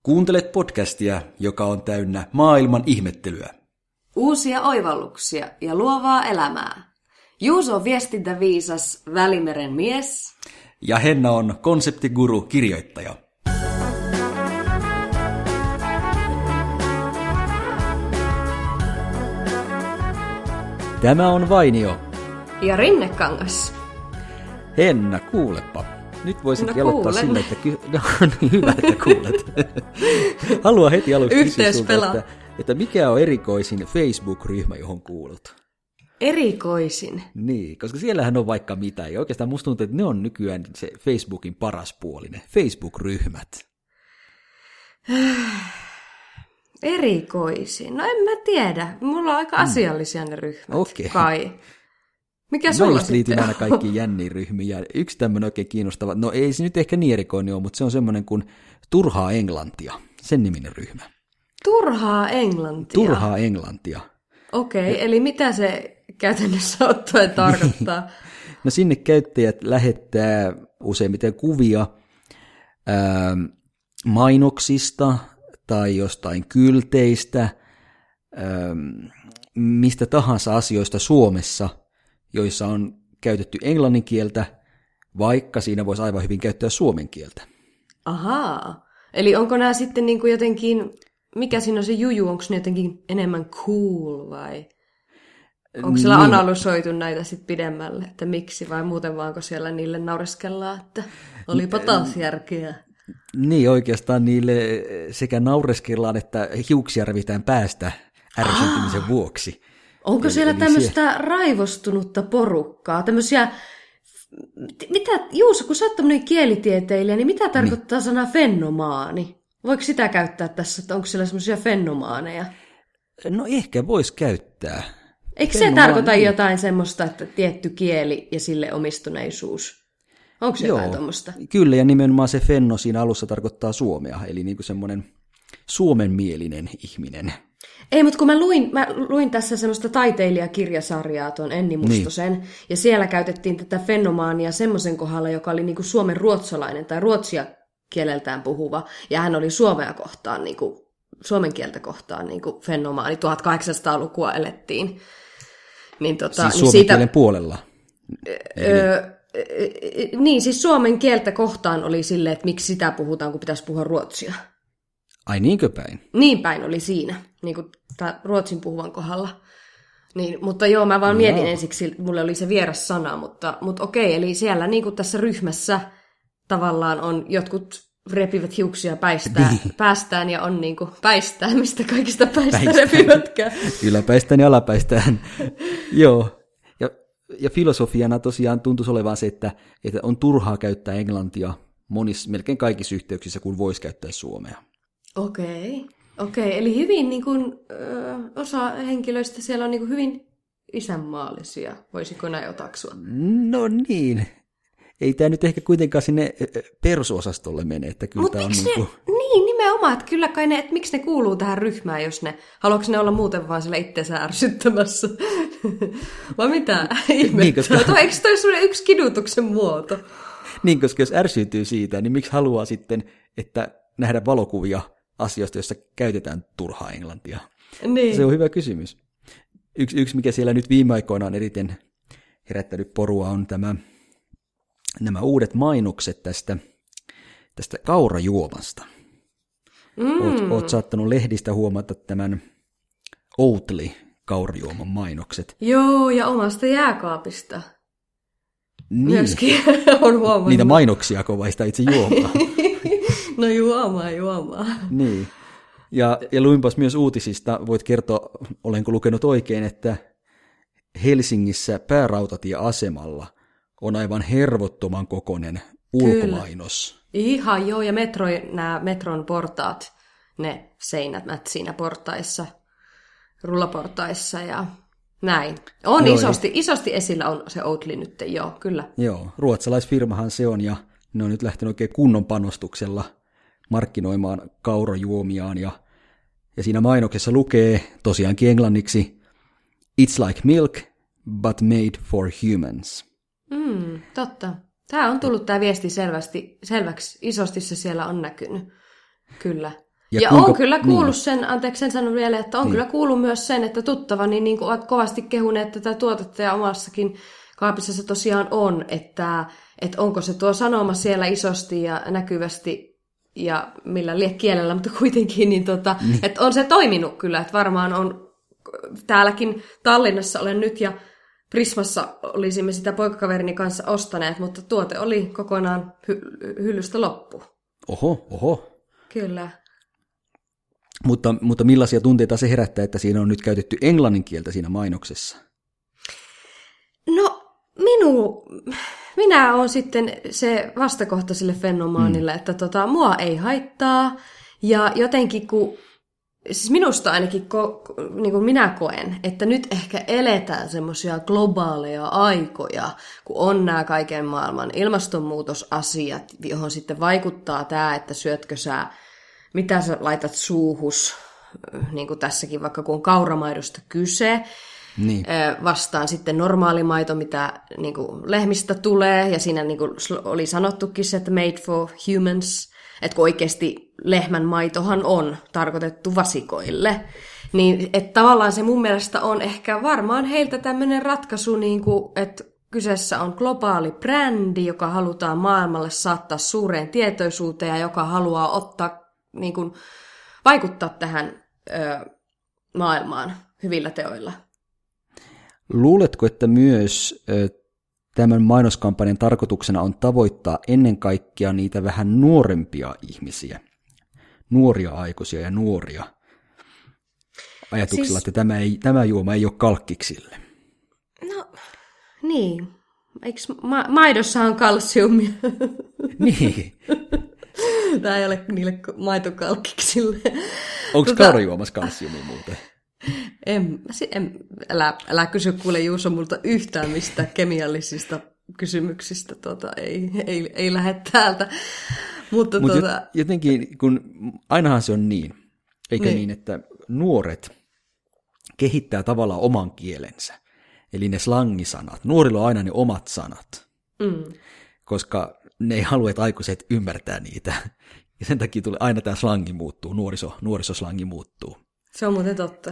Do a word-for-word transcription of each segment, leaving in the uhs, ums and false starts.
Kuuntelet podcastia, joka on täynnä maailman ihmettelyä. Uusia oivalluksia ja luovaa elämää. Juuso on viestintäviisas Välimeren mies. Ja Henna on konseptiguru kirjoittaja. Tämä on Vainio. Ja Rinnekangas. Henna, kuulepa. Nyt voisin no, aloittaa sille, että ky- no, niin hyvä, että kuulet. Haluan heti aluksi kysyä sulta, että, että mikä on erikoisin Facebook-ryhmä, johon kuulut? Erikoisin? Niin, koska siellähän on vaikka mitä. Ja oikeastaan musta tuntuu, että ne on nykyään se Facebookin paras puoli, ne Facebook-ryhmät. Erikoisin? No en mä tiedä. Mulla on aika asiallisia ne ryhmät. Okei. Kai. Mikä sulla no, sitten liityn on? aina kaikkiin jänniin ryhmiin. Ja yksi tämmöinen oikein kiinnostava, no ei se nyt ehkä niin erikoinen ole, mutta se on semmoinen kuin Turhaa Englantia, sen niminen ryhmä. Turhaa Englantia? Turhaa Englantia. Okei, okay, eli mitä se käytännössä ottaen tarkoittaa? No sinne käyttäjät lähettää useimmiten kuvia ää, mainoksista tai jostain kylteistä, ää, mistä tahansa asioista Suomessa, joissa on käytetty englannin kieltä, vaikka siinä voisi aivan hyvin käyttää suomen kieltä. Ahaa, eli onko nämä sitten niin kuin jotenkin, mikä siinä on se juju, onko ne jotenkin enemmän cool vai onko siellä niin analysoitu näitä sitten pidemmälle, että miksi vai muuten vaanko siellä niille naureskellaan, että olipa taas järkeä? Niin, oikeastaan niille sekä naureskellaan, että hiuksia revitään päästä ärsyntymisen ah. vuoksi. Onko eli, siellä eli tämmöistä siellä raivostunutta porukkaa, tämmöisiä, mitä, Juuso, kun sä oot tämmöinen kielitieteilijä, niin mitä tarkoittaa niin sana fennomaani? Voiko sitä käyttää tässä, että onko siellä semmoisia fennomaaneja? No ehkä voisi käyttää. Eikö se tarkoita niin jotain semmoista, että tietty kieli ja sille omistuneisuus? Onko se Joo, jotain tuommoista? Kyllä, ja nimenomaan se fenno siinä alussa tarkoittaa suomea, eli niin kuin semmoinen suomenmielinen ihminen. Ei, mutta kun mä luin, mä luin tässä semmoista taiteilijakirjasarjaa tuon Enni Mustosen, niin ja siellä käytettiin tätä fennomaania semmoisen kohdalla, joka oli niinku suomen ruotsalainen tai ruotsia kieleltään puhuva, ja hän oli suomea kohtaan, niinku, suomen kieltä kohtaan niinku fennomaani, tuhatkahdeksansataalukua elettiin. Niin, tota, siis niin suomen siitä, kielen puolella? Öö, niin, siis suomen kieltä kohtaan oli silleen, että miksi sitä puhutaan, kun pitäisi puhua ruotsia. Ai niinkö päin? Niin päin oli siinä, niin kuin ruotsin puhuvan kohdalla. Niin, mutta joo, mä vaan mietin no. ensiksi, mulle oli se vieras sana, mutta, mutta okei, eli siellä niin kuin tässä ryhmässä tavallaan on jotkut repivät hiuksia päistää, niin. päästään ja on niin kuin päistää, mistä kaikista päistä repivätkään. Yläpäistään ja alapäistään, joo. Ja, ja filosofiana tosiaan tuntuisi olevan se, että, että on turhaa käyttää englantia monissa, melkein kaikissa yhteyksissä, kun voisi käyttää suomea. Okei, okei. Eli hyvin niin kuin, ö, osa henkilöistä siellä on niin kuin hyvin isänmaallisia, voisiko näin otaksua? No niin. Ei tämä nyt ehkä kuitenkaan sinne persuosastolle mene, että kyllä tämä on ne, niin kuin niin, nimenomaan, että kyllä kai ne, että miksi ne kuuluu tähän ryhmään, jos ne, haluatko ne olla muuten vaan siellä itseensä ärsyttämässä? Vai mitä ihmettä? Niin, koska Tuo, eikö toi sellainen yksi kidutuksen muoto? Niin, koska jos ärsyyntyy siitä, niin miksi haluaa sitten, että nähdä valokuvia asioista, joissa käytetään turhaa englantia? Niin. Se on hyvä kysymys. Yksi, yksi, mikä siellä nyt viime aikoina on eriten herättänyt porua, on tämä, nämä uudet mainokset tästä, tästä kaurajuomasta. Mm. Oot, oot saattanut lehdistä huomata tämän Oatly-kaurajuoman mainokset. Joo, ja omasta jääkaapista. Niin. Myöskin on huomannut. Niitä mainoksia, kun vai sitä itse juomaa. No juomaa, juomaa. Niin. Ja, ja luinpas myös uutisista, voit kertoa, olenko lukenut oikein, että Helsingissä päärautatieasemalla on aivan hervottoman kokoinen ulkomainos. Kyllä. Ihan joo, ja metro, nämä metron portaat, ne seinät siinä portaissa, rullaportaissa ja näin. On joo, isosti, eli isosti esillä on se Oatly nyt, joo, kyllä. Joo, ruotsalaisfirmahan se on, ja ne on nyt lähtenyt oikein kunnon panostuksella markkinoimaan kaurajuomiaan, ja, ja siinä mainoksessa lukee tosiaankin englanniksi "It's like milk, but made for humans." Mm, totta. Tämä on tullut tämä viesti selvästi, selväksi. Isosti se siellä on näkynyt. Kyllä. Ja, ja kuinka, on kyllä kuullut niin. sen, anteeksi sen sanon vielä, että on niin. kyllä kuullut myös sen, että tuttavani niin kuin ovat kovasti kehuneet tätä tuotetta ja omassakin kaapissa se tosiaan on, että, että onko se tuo sanoma siellä isosti ja näkyvästi ja millä lie kielellä, mutta kuitenkin, niin tota, niin. että on se toiminut kyllä, että varmaan on täälläkin Tallinnassa olen nyt ja Prismassa olisimme sitä poikakaverini kanssa ostaneet, mutta tuote oli kokonaan hy- hyllystä loppu. Oho, oho. Kyllä. Mutta, mutta millaisia tunteita se herättää, että siinä on nyt käytetty englannin kieltä siinä mainoksessa? No, minu, minä olen sitten se vastakohta sille fenomaanille, mm. että tota, mua ei haittaa. Ja jotenkin, kun, siis minusta ainakin ko, niin kuin minä koen, että nyt ehkä eletään semmoisia globaaleja aikoja, kun on nämä kaiken maailman ilmastonmuutosasiat, johon sitten vaikuttaa tämä, että syötkö sä, mitä sä laitat suuhus, niin kuin tässäkin vaikka kun on kauramaidosta kyse, niin. vastaan sitten normaali maito, mitä niin kuin lehmistä tulee, ja siinä niin kuin oli sanottukin se, että made for humans, että kun oikeasti lehmän maitohan on tarkoitettu vasikoille, niin että tavallaan se mun mielestä on ehkä varmaan heiltä tämmöinen ratkaisu, niin kuin, että kyseessä on globaali brändi, joka halutaan maailmalle saattaa suureen tietoisuuteen ja joka haluaa ottaa, niin kuin, vaikuttaa tähän ö, maailmaan hyvillä teoilla. Luuletko, että myös ö, tämän mainoskampanjan tarkoituksena on tavoittaa ennen kaikkea niitä vähän nuorempia ihmisiä, nuoria aikuisia ja nuoria, ajatuksella, siis, että tämä, ei, tämä juoma ei ole kalkkiksille? No, niin. Eikö ma- maidossa on kalsiumia? Niin. Tämä ei ole niille maitokalkkiksille. Onko tota... kaurajuomassa kalsiumia muuten? En, en, älä, älä kysy kuule Juuso multa yhtään mistä kemiallisista kysymyksistä, tuota, ei, ei, ei lähde täältä. Mutta Mut tuota... jotenkin, kun ainahan se on niin, eikä niin. niin, että nuoret kehittää tavallaan oman kielensä, eli ne slangisanat. Nuorilla on aina ne omat sanat, mm. koska ne ei halua, että aikuiset ymmärtää niitä. Ja sen takia tulee aina tämä slangi muuttuu, nuoriso, nuorisoslangi muuttuu. Se on muuten totta.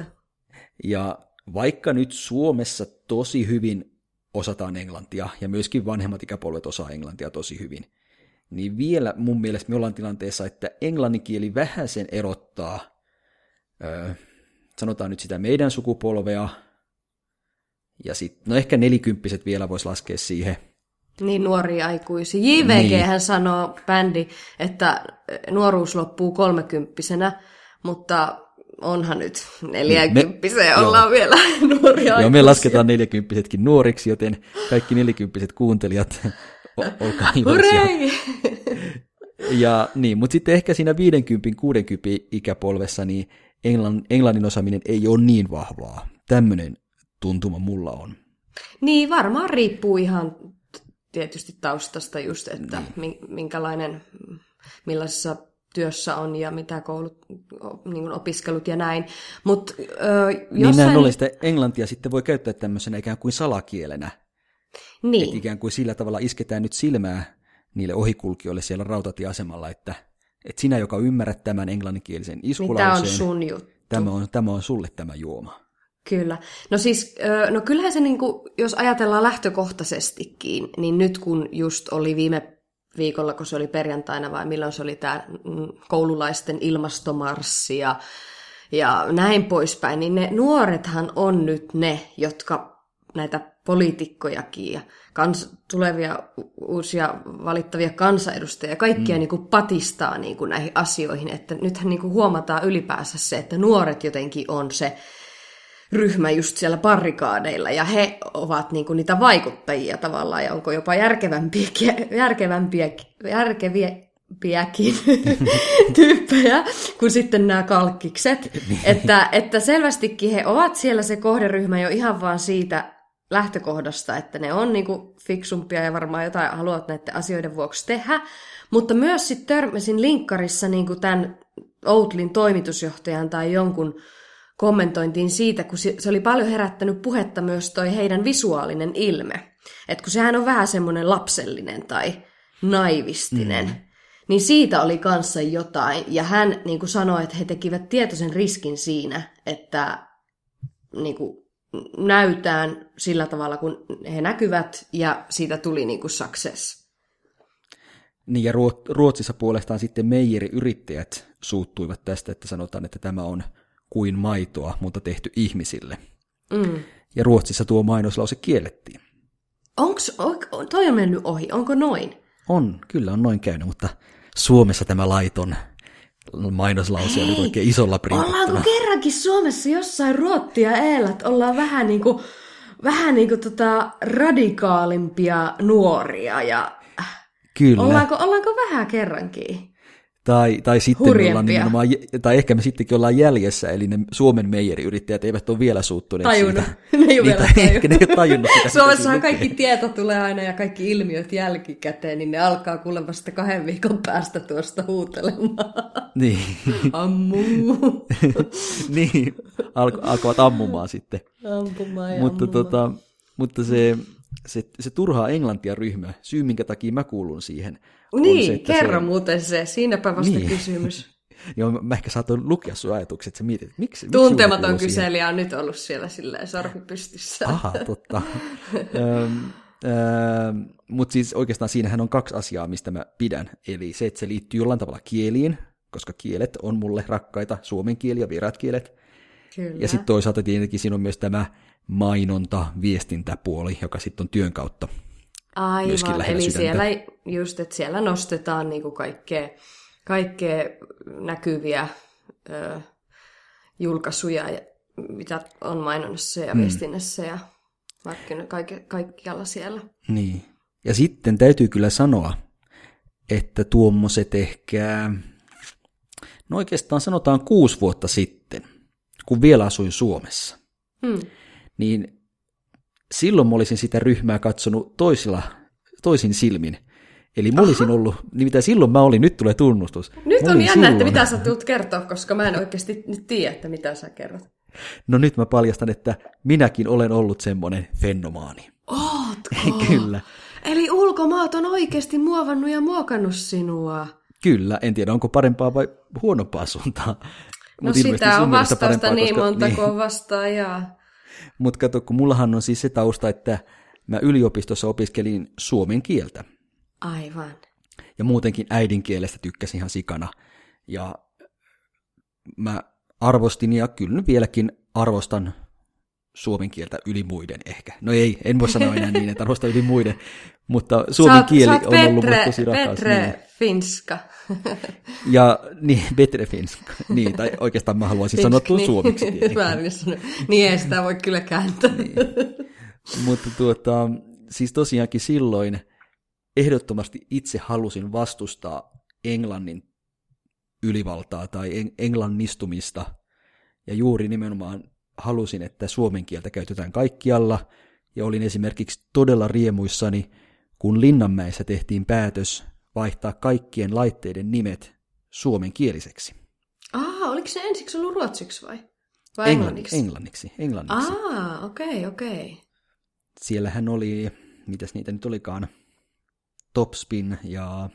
Ja vaikka nyt Suomessa tosi hyvin osataan englantia, ja myöskin vanhemmat ikäpolvet osaa englantia tosi hyvin, niin vielä mun mielestä me ollaan tilanteessa, että englannin kieli vähän sen erottaa, öö, sanotaan nyt sitä meidän sukupolvea, ja sitten, no ehkä nelikymppiset vielä voisi laskea siihen. Niin nuoria aikuisia. J V G niin. hän sanoo, bändi, että nuoruus loppuu kolmekymppisenä, mutta onhan nyt neljäkymppiseen, me, ollaan joo. vielä nuoria aikuisia. Joo, me lasketaan neljäkymppisetkin nuoriksi, joten kaikki nelikymppiset kuuntelijat, olkaa iloisia. Ja niin, mutta sitten ehkä siinä viidenkymmenen kuudenkymmenen ikäpolvessa niin englannin, englannin osaaminen ei ole niin vahvaa. Tämmöinen tuntuma mulla on. Niin, varmaan riippuu ihan tietysti taustasta just, että niin. minkälainen, millaisessa työssä on ja mitä koulut, niin opiskelut ja näin. Mut, ö, jossain... Niin näin ollen sitä englantia sitten voi käyttää tämmöisenä ikään kuin salakielenä. Niin. Että ikään kuin sillä tavalla isketään nyt silmää niille ohikulkijoille siellä rautatieasemalla, että, että sinä, joka ymmärrät tämän englanninkielisen iskulauseen, niin tämä on sun juttu. Tämä on, tämä on sulle tämä juoma. Kyllä. No siis, no kyllähän se, niin kuin, jos ajatellaan lähtökohtaisestikin, niin nyt kun just oli viime viikolla, kun se oli perjantaina vai milloin se oli tämä koululaisten ilmastomarssi ja, ja näin poispäin, niin ne nuorethan on nyt ne, jotka näitä poliitikkojakin ja kans, tulevia uusia valittavia kansanedustajia, kaikkia mm. niin kuin patistaa niin kuin näihin asioihin, että nythän niin kuin huomataan ylipäänsä se, että nuoret jotenkin on se ryhmä just siellä barrikaadeilla, ja he ovat niinku niitä vaikuttajia tavallaan, ja onko jopa järkevämpiä, järkevämpiä, järkeviäkin tyyppejä kuin sitten nämä kalkkikset. että, että selvästikin he ovat siellä se kohderyhmä jo ihan vaan siitä lähtökohdasta, että ne on niinku fiksumpia ja varmaan jotain haluavat näiden asioiden vuoksi tehdä, mutta myös sitten törmäsin linkkarissa niinku tämän Outlin toimitusjohtajan tai jonkun kommentointiin siitä, kun se oli paljon herättänyt puhetta myös toi heidän visuaalinen ilme. Että kun sehän on vähän semmoinen lapsellinen tai naivistinen, mm. niin siitä oli kanssa jotain. Ja hän niin kuin sanoi, että he tekivät tietoisen riskin siinä, että niin kuin, näytään sillä tavalla, kun he näkyvät, ja siitä tuli niin kuin success. Niin, ja Ruotsissa puolestaan sitten meijeriyrittäjät suuttuivat tästä, että sanotaan, että tämä on kuin maitoa, mutta tehty ihmisille. Mm. Ja Ruotsissa tuo mainoslause kiellettiin. Onks, on, toi on mennyt ohi, onko noin? On, kyllä on noin käynyt, mutta Suomessa tämä laiton mainoslause Hei, oli oikein isolla printattuna. Ollaanko kerrankin Suomessa jossain ruottia eellä, että ollaan vähän niin kuin, vähän niin kuin tota radikaalimpia nuoria ja kyllä. Ollaanko, ollaanko vähän kerrankin? Tai, tai sitten me ollaan nimenomaan, tai ehkä me sittenkin ollaan jäljessä, eli ne Suomen meijeriyrittäjät eivät ole vielä suuttuneet tajunnut. siitä. Ne ei ole vielä tajunnut. Ne ei ole tajunnut sitä. Suomessahan kaikki tieto tulee aina ja kaikki ilmiöt jälkikäteen, niin ne alkaa kuulemma vasta kahden viikon päästä tuosta huutelemaan. Niin. Ammuu. Niin, Alko, alkavat ammumaan sitten. Ampumaan ja mutta, ammumaan. Tota, mutta se, se, se turhaa englantia ryhmä, syy minkä takia mä kuulun siihen, niin, se, kerro se, muuten se. Siinäpä vasta niin. kysymys. Joo, mä ehkä saatoin lukea sun ajatukset, että sä mietit, että miksi... Tuntematon kyselijä on nyt ollut siellä silleen sormi pystyssä. Aha, totta. öm, öm, Mutta siis oikeastaan siinähän on kaksi asiaa, mistä mä pidän. Eli se, että se liittyy jollain tavalla kieliin, koska kielet on mulle rakkaita, suomen kieli ja vieraat kielet. Kyllä. Ja sitten toisaalta tietenkin siinä on myös tämä mainonta, viestintäpuoli, joka sitten on työn kautta. Aivan, eli sydäntä. Siellä just, että siellä nostetaan niinku kaikkea, kaikkea näkyviä ö, julkaisuja, mitä on mainonnassa ja mm. viestinnässä ja markkino, kaikki, kaikkialla siellä. Niin. Ja sitten täytyy kyllä sanoa, että tuommoiset ehkä, no oikeastaan sanotaan kuusi vuotta sitten, kun vielä asuin Suomessa, hmm. niin silloin mä olisin sitä ryhmää katsonut toisilla, toisin silmin. Eli mä olisin Aha. ollut, niin mitä silloin mä olin, nyt tulee tunnustus. Nyt on jännä, silloin... että mitä sä tulet kertoa, koska mä en oikeasti nyt tiedä, että mitä sä kerrot. No nyt mä paljastan, että minäkin olen ollut semmoinen fenomaani. Ootko? Kyllä. Eli ulkomaat on oikeasti muovannut ja muokannut sinua. Kyllä, en tiedä onko parempaa vai huonompaa suuntaan. No Mut sitä on vastausta niin koska... monta kuin vastaajaa. Mutta kato, kun mullahan on siis se tausta, että mä yliopistossa opiskelin suomen kieltä. Aivan. Ja muutenkin äidinkielestä tykkäsin ihan sikana. Ja mä arvostin ja kyllä nyt vieläkin arvostan suomen kieltä yli muiden ehkä. No ei, en voi sanoa enää niin, että arvostan yli muiden, mutta suomen saat, kieli saat on Petre, ollut musta tosi rakas. Petre niin. Finska. Ja niin, Petre Finska. Niin, tai oikeastaan mä haluaisin Finsk, sanoa tuon niin. suomeksi tietenkin. Väärin sanoa. Niin ei sitä voi kyllä kääntää. Niin. Mutta tuota, siis tosiaankin silloin ehdottomasti itse halusin vastustaa englannin ylivaltaa tai englannistumista, ja juuri nimenomaan halusin, että suomen kieltä käytetään kaikkialla, ja olin esimerkiksi todella riemuissani, kun Linnanmäessä tehtiin päätös vaihtaa kaikkien laitteiden nimet suomenkieliseksi. Ah, oliko se ensiksi ollut ruotsiksi vai? Vai englanniksi? Englanniksi, englanniksi. Ah, okei, okay, okei. Okay. Siellähän oli, mitäs niitä nyt olikaan, Topspin ja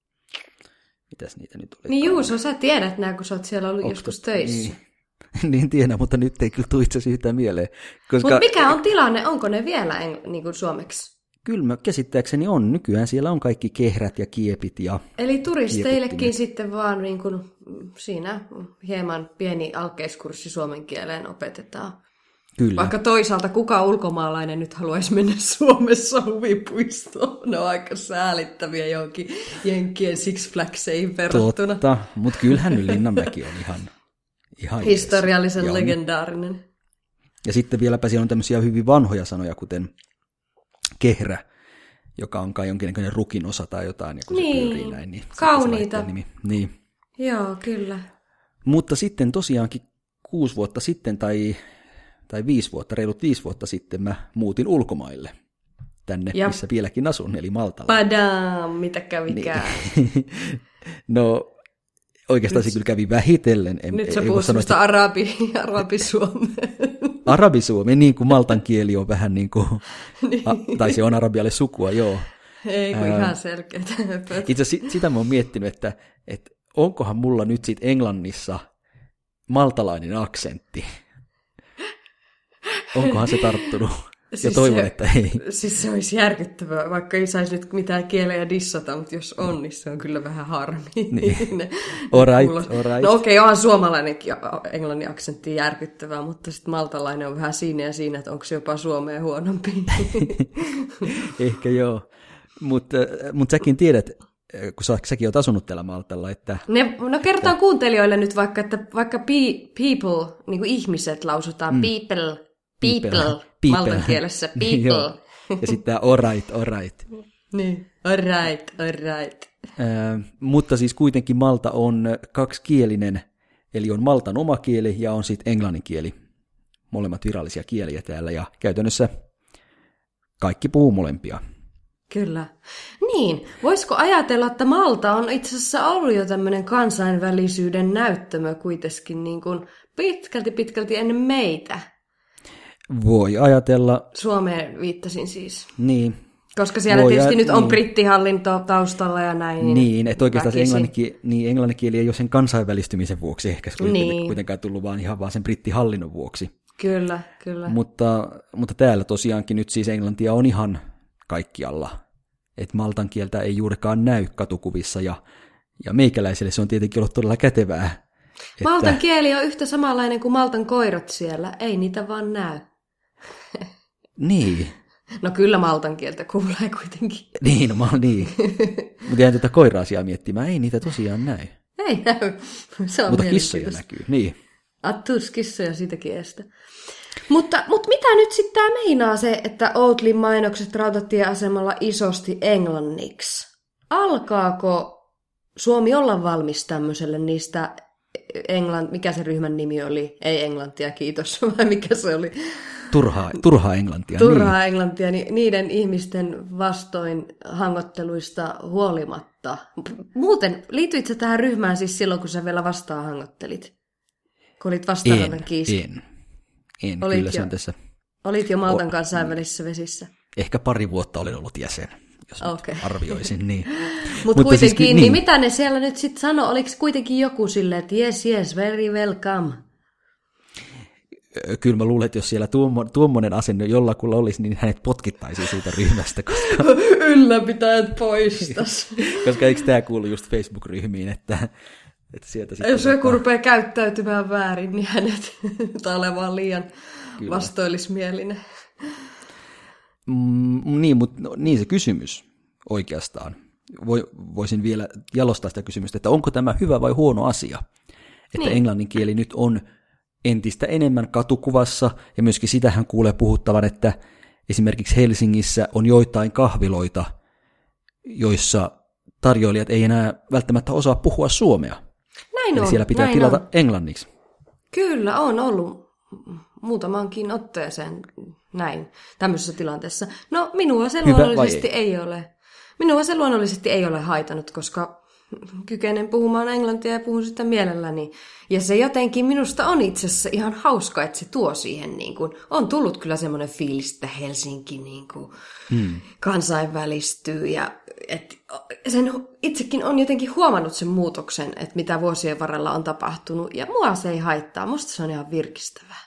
mitäs niitä nyt olikaan. Niin Juuso, sä tiedät nämä, kun sä oot siellä ollut Octop, joskus töissä. Niin, niin tiedän, mutta nyt ei kyllä tule itse asiassa yhtään mieleen. Koska... Mutta mikä on tilanne? Onko ne vielä eng- niin kuin suomeksi? Kyllä mä käsittääkseni on. Nykyään siellä on kaikki kehrät ja kiepit. Ja eli turisteillekin sitten vaan niin kuin siinä hieman pieni alkeiskurssi suomen kieleen opetetaan. Kyllä. Vaikka toisaalta kuka ulkomaalainen nyt haluaisi mennä Suomessa huvipuistoon. Ne on aika säälittäviä johonkin Jenkkien Six Flagseihin verrattuna. Totta, mutta kyllähän nyt Linnanmäki on ihan, ihan historiallisen jees. legendaarinen. Ja sitten vieläpä siellä on tämmöisiä hyvin vanhoja sanoja, kuten kehrä, joka on kai jonkinlainen rukin osa tai jotain, ja kun niin, se pyörii näin, niin kauniita. Nimi. Niin. Joo, kyllä. Mutta sitten tosiaankin kuusi vuotta sitten tai, tai viisi vuotta, reilut viisi vuotta sitten mä muutin ulkomaille tänne, ja missä vieläkin asun, eli Maltalla. Padam, mitä kävikään? Niin. No oikeastaan nyt, se kyllä kävi vähitellen. En, nyt sä puhut semmoista arabi, arabisuomea. Arabisuome, niin kuin maltan kieli on vähän niin kuin, niin. A, tai se on arabialle sukua, joo. Ei kun Ää, ihan selkeät. Itse asiassa sitä mä oon miettinyt, että, että onkohan mulla nyt sit Englannissa maltalainen aksentti. Onkohan se tarttunut? Ja siis toivon, se, että ei. Siis se olisi järkyttävää, vaikka ei saisi nyt mitään kieleä dissata, mutta jos on, niin se on kyllä vähän harmi. Niin. All right, all right. No okei, okay, onhan suomalainenkin englannin aksentti järkyttävää, mutta sitten maltalainen on vähän siinä ja siinä, että onko se jopa suomea huonompi. Ehkä joo. Mutta mut säkin tiedät, kun sä, säkin oot asunut täällä Maltalla, että... Ne, no kertaan että, kuuntelijoille nyt vaikka, että vaikka pe, people, niin kuin ihmiset lausutaan mm. people, people, people. Maltan kielessä people. Ja sitten tämä all right, all right. Niin, all right, all right. Äh, mutta siis kuitenkin Malta on kaksikielinen, eli on Maltan oma kieli ja on sitten englannin kieli. Molemmat virallisia kieliä täällä ja käytännössä kaikki puhuu molempia. Kyllä. Niin, voisiko ajatella, että Malta on itse asiassa ollut jo tämmöinen kansainvälisyyden näyttämö kuitenkin niin kuin pitkälti pitkälti ennen meitä? Voi ajatella. Suomeen viittasin siis. Niin. Koska siellä Voi tietysti ja, nyt on niin. brittihallinto taustalla ja näin. Niin, että oikeastaan se englanninkieli, niin, englanninkieli ei ole sen kansainvälistymisen vuoksi ehkä niin. kuitenkaan tullut, vaan ihan vaan sen brittihallinnon vuoksi. Kyllä, kyllä. Mutta, mutta täällä tosiaankin nyt siis englantia on ihan kaikkialla. Että maltan kieltä ei juurikaan näy katukuvissa ja, ja meikäläiselle se on tietenkin ollut todella kätevää. Maltan että... kieli on yhtä samanlainen kuin maltan koirat siellä, ei niitä vaan näy. Niin. No kyllä maltan kieltä kuulee kuitenkin. Niin, no mä niin. Mutta jään tätä koira-asiaa miettimään, ei niitä tosiaan näy. Ei näy, se on mutta kissoja näkyy, niin. Attus kissoja siitäkin estä. Mutta, mutta mitä nyt sitten tämä meinaa se, että Oatlyn mainokset rautatieasemalla isosti englanniksi? Alkaako Suomi olla valmis tämmöiselle niistä, englant, mikä se ryhmän nimi oli? Ei englantia, kiitos, vai mikä se oli? Turhaa, turhaa englantia. Turhaa niin. englantia, niin niiden ihmisten vastoin hangotteluista huolimatta. Muuten, liityitkö tähän ryhmään siis silloin, kun sä vielä vastaan hangottelit? Kun olit vastaanrannan kiiski? En, en. Olit kyllä jo, se on tässä. Olit jo Maltan kansainvälisissä vesissä? Ehkä pari vuotta olen ollut jäsen, jos okay. arvioisin. Niin. Mut Mutta kuitenkin, siis, niin, niin mitä ne siellä nyt sitten sanoi? Oliko kuitenkin joku silleen, että yes, yes, very welcome? Kyllä mä luulen, että jos siellä tuommoinen asenne jollakulla olisi, niin hänet potkittaisiin siitä ryhmästä. Koska... Ylläpitäjät poistas. Koska eikö tämä kuulu just Facebook-ryhmiin, että, että sieltä sitten... Jos joku rupeaa käyttäytymään väärin, niin hänet tai olemaan liian Kyllä. vastoillismielinen. Mm, niin, mutta no, niin se kysymys oikeastaan. Voisin vielä jalostaa sitä kysymystä, että onko tämä hyvä vai huono asia, että niin. englannin kieli nyt on entistä enemmän katukuvassa, ja myöskin sitähän kuulee puhuttavan, että esimerkiksi Helsingissä on joitain kahviloita, joissa tarjoilijat ei enää välttämättä osaa puhua suomea. Näin Eli on, siellä pitää näin tilata on. englanniksi. Kyllä, on ollut muutamankin otteeseen näin, tämmöisessä tilanteessa. No, minua se Hyvä luonnollisesti ei? ei ole. Minua se luonnollisesti ei ole haitanut, koska kykenen puhumaan englantia ja puhun sitä mielelläni. Ja se jotenkin minusta on itse asiassa ihan hauska, että se tuo siihen, niin kuin, on tullut kyllä semmoinen fiilis, että Helsinki niin kuin, hmm. kansainvälistyy. Ja et, sen itsekin on jotenkin huomannut sen muutoksen, että mitä vuosien varrella on tapahtunut. Ja mua se ei haittaa, musta se on ihan virkistävää.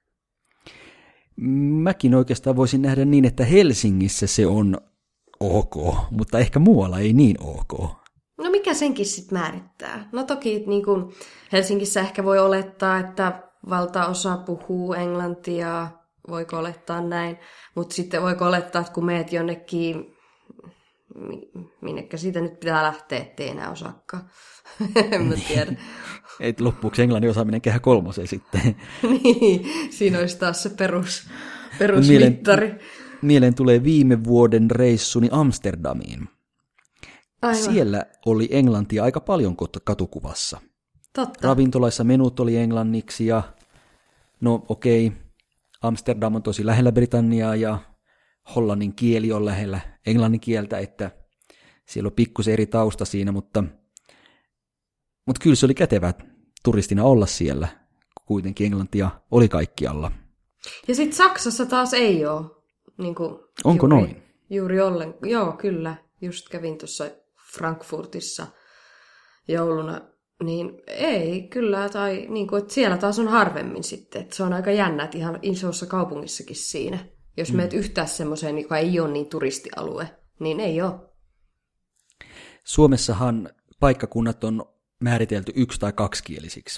Mäkin oikeastaan voisin nähdä niin, että Helsingissä se on ok, mutta ehkä muualla ei niin ok. No mikä senkin sitten määrittää? No toki niin kun Helsingissä ehkä voi olettaa, että valtaosa puhuu englantia, voiko olettaa näin, mutta sitten voiko olettaa, että kun meet jonnekin, minnekä siitä nyt pitää lähteä, ettei enää osaakaan. En mä tiedä. Et loppuksi englannin osaaminen kehä kolmoseen sitten. Niin, siinä olisi taas se perus, perusmittari. Mieleen, mieleen tulee viime vuoden reissuni Amsterdamiin. Aivan. Siellä oli englantia aika paljon katukuvassa. Totta. Ravintolaissa menut oli englanniksi ja no okei, okay, Amsterdam on tosi lähellä Britanniaa ja hollannin kieli on lähellä englannin kieltä, että siellä on pikkusen eri tausta siinä, mutta, mutta kyllä se oli kätevää turistina olla siellä, kun kuitenkin englantia oli kaikkialla. Ja sitten Saksassa taas ei ole. Niin kuin Onko juuri, noin? Juuri ollen. Joo, kyllä. just kävin tuossa Frankfurtissa jouluna, niin ei kyllä, tai niin kuin, että siellä taas on harvemmin sitten, että se on aika jännä, että ihan isossa kaupungissakin siinä. Jos mm. menet yhtään semmoiseen, joka ei ole niin turistialue, niin ei ole. Suomessahan paikkakunnat on määritelty yksi- tai kaksikielisiksi.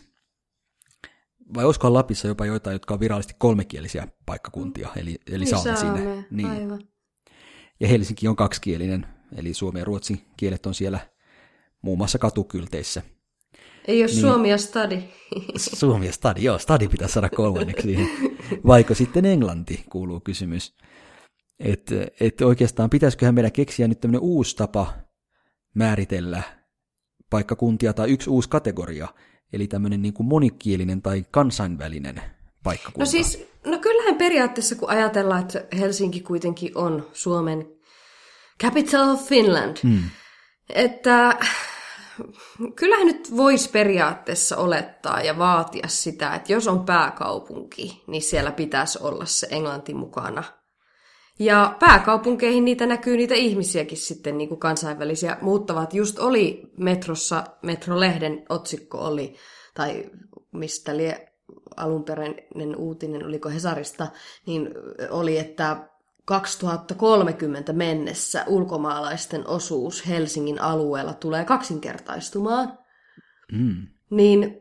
Vai olisikohan Lapissa jopa joitain, jotka on virallisesti kolmekielisiä paikkakuntia, eli, eli saame siinä. Niin. Aivan. Ja Helsinki on kaksikielinen, eli suomen ja ruotsin kielet on siellä muun muassa katukylteissä. Ei ole niin, suomi ja stadi. Suomi ja stadi, joo, stadi pitäisi saada kolmanneksi siihen. Vaiko sitten englanti, kuuluu kysymys. Että et oikeastaan pitäisiköhän meidän keksiä nyt tämmöinen uusi tapa määritellä paikkakuntia tai yksi uusi kategoria, eli tämmöinen niin kuin monikielinen tai kansainvälinen paikkakunta. No siis, no kyllähän periaatteessa kun ajatellaan, että Helsinki kuitenkin on Suomen capital of Finland, mm. että kyllähän nyt voisi periaatteessa olettaa ja vaatia sitä, että jos on pääkaupunki, niin siellä pitäisi olla se englanti mukana. Ja pääkaupunkeihin niitä näkyy niitä ihmisiäkin sitten niin kuin kansainvälisiä muuttavat. Just oli Metrossa, Metrolehden otsikko oli, tai mistä lie alunperäinen uutinen, oliko Hesarista, niin oli, että kaksituhattakolmekymmentä mennessä ulkomaalaisten osuus Helsingin alueella tulee kaksinkertaistumaan. Mm. Niin,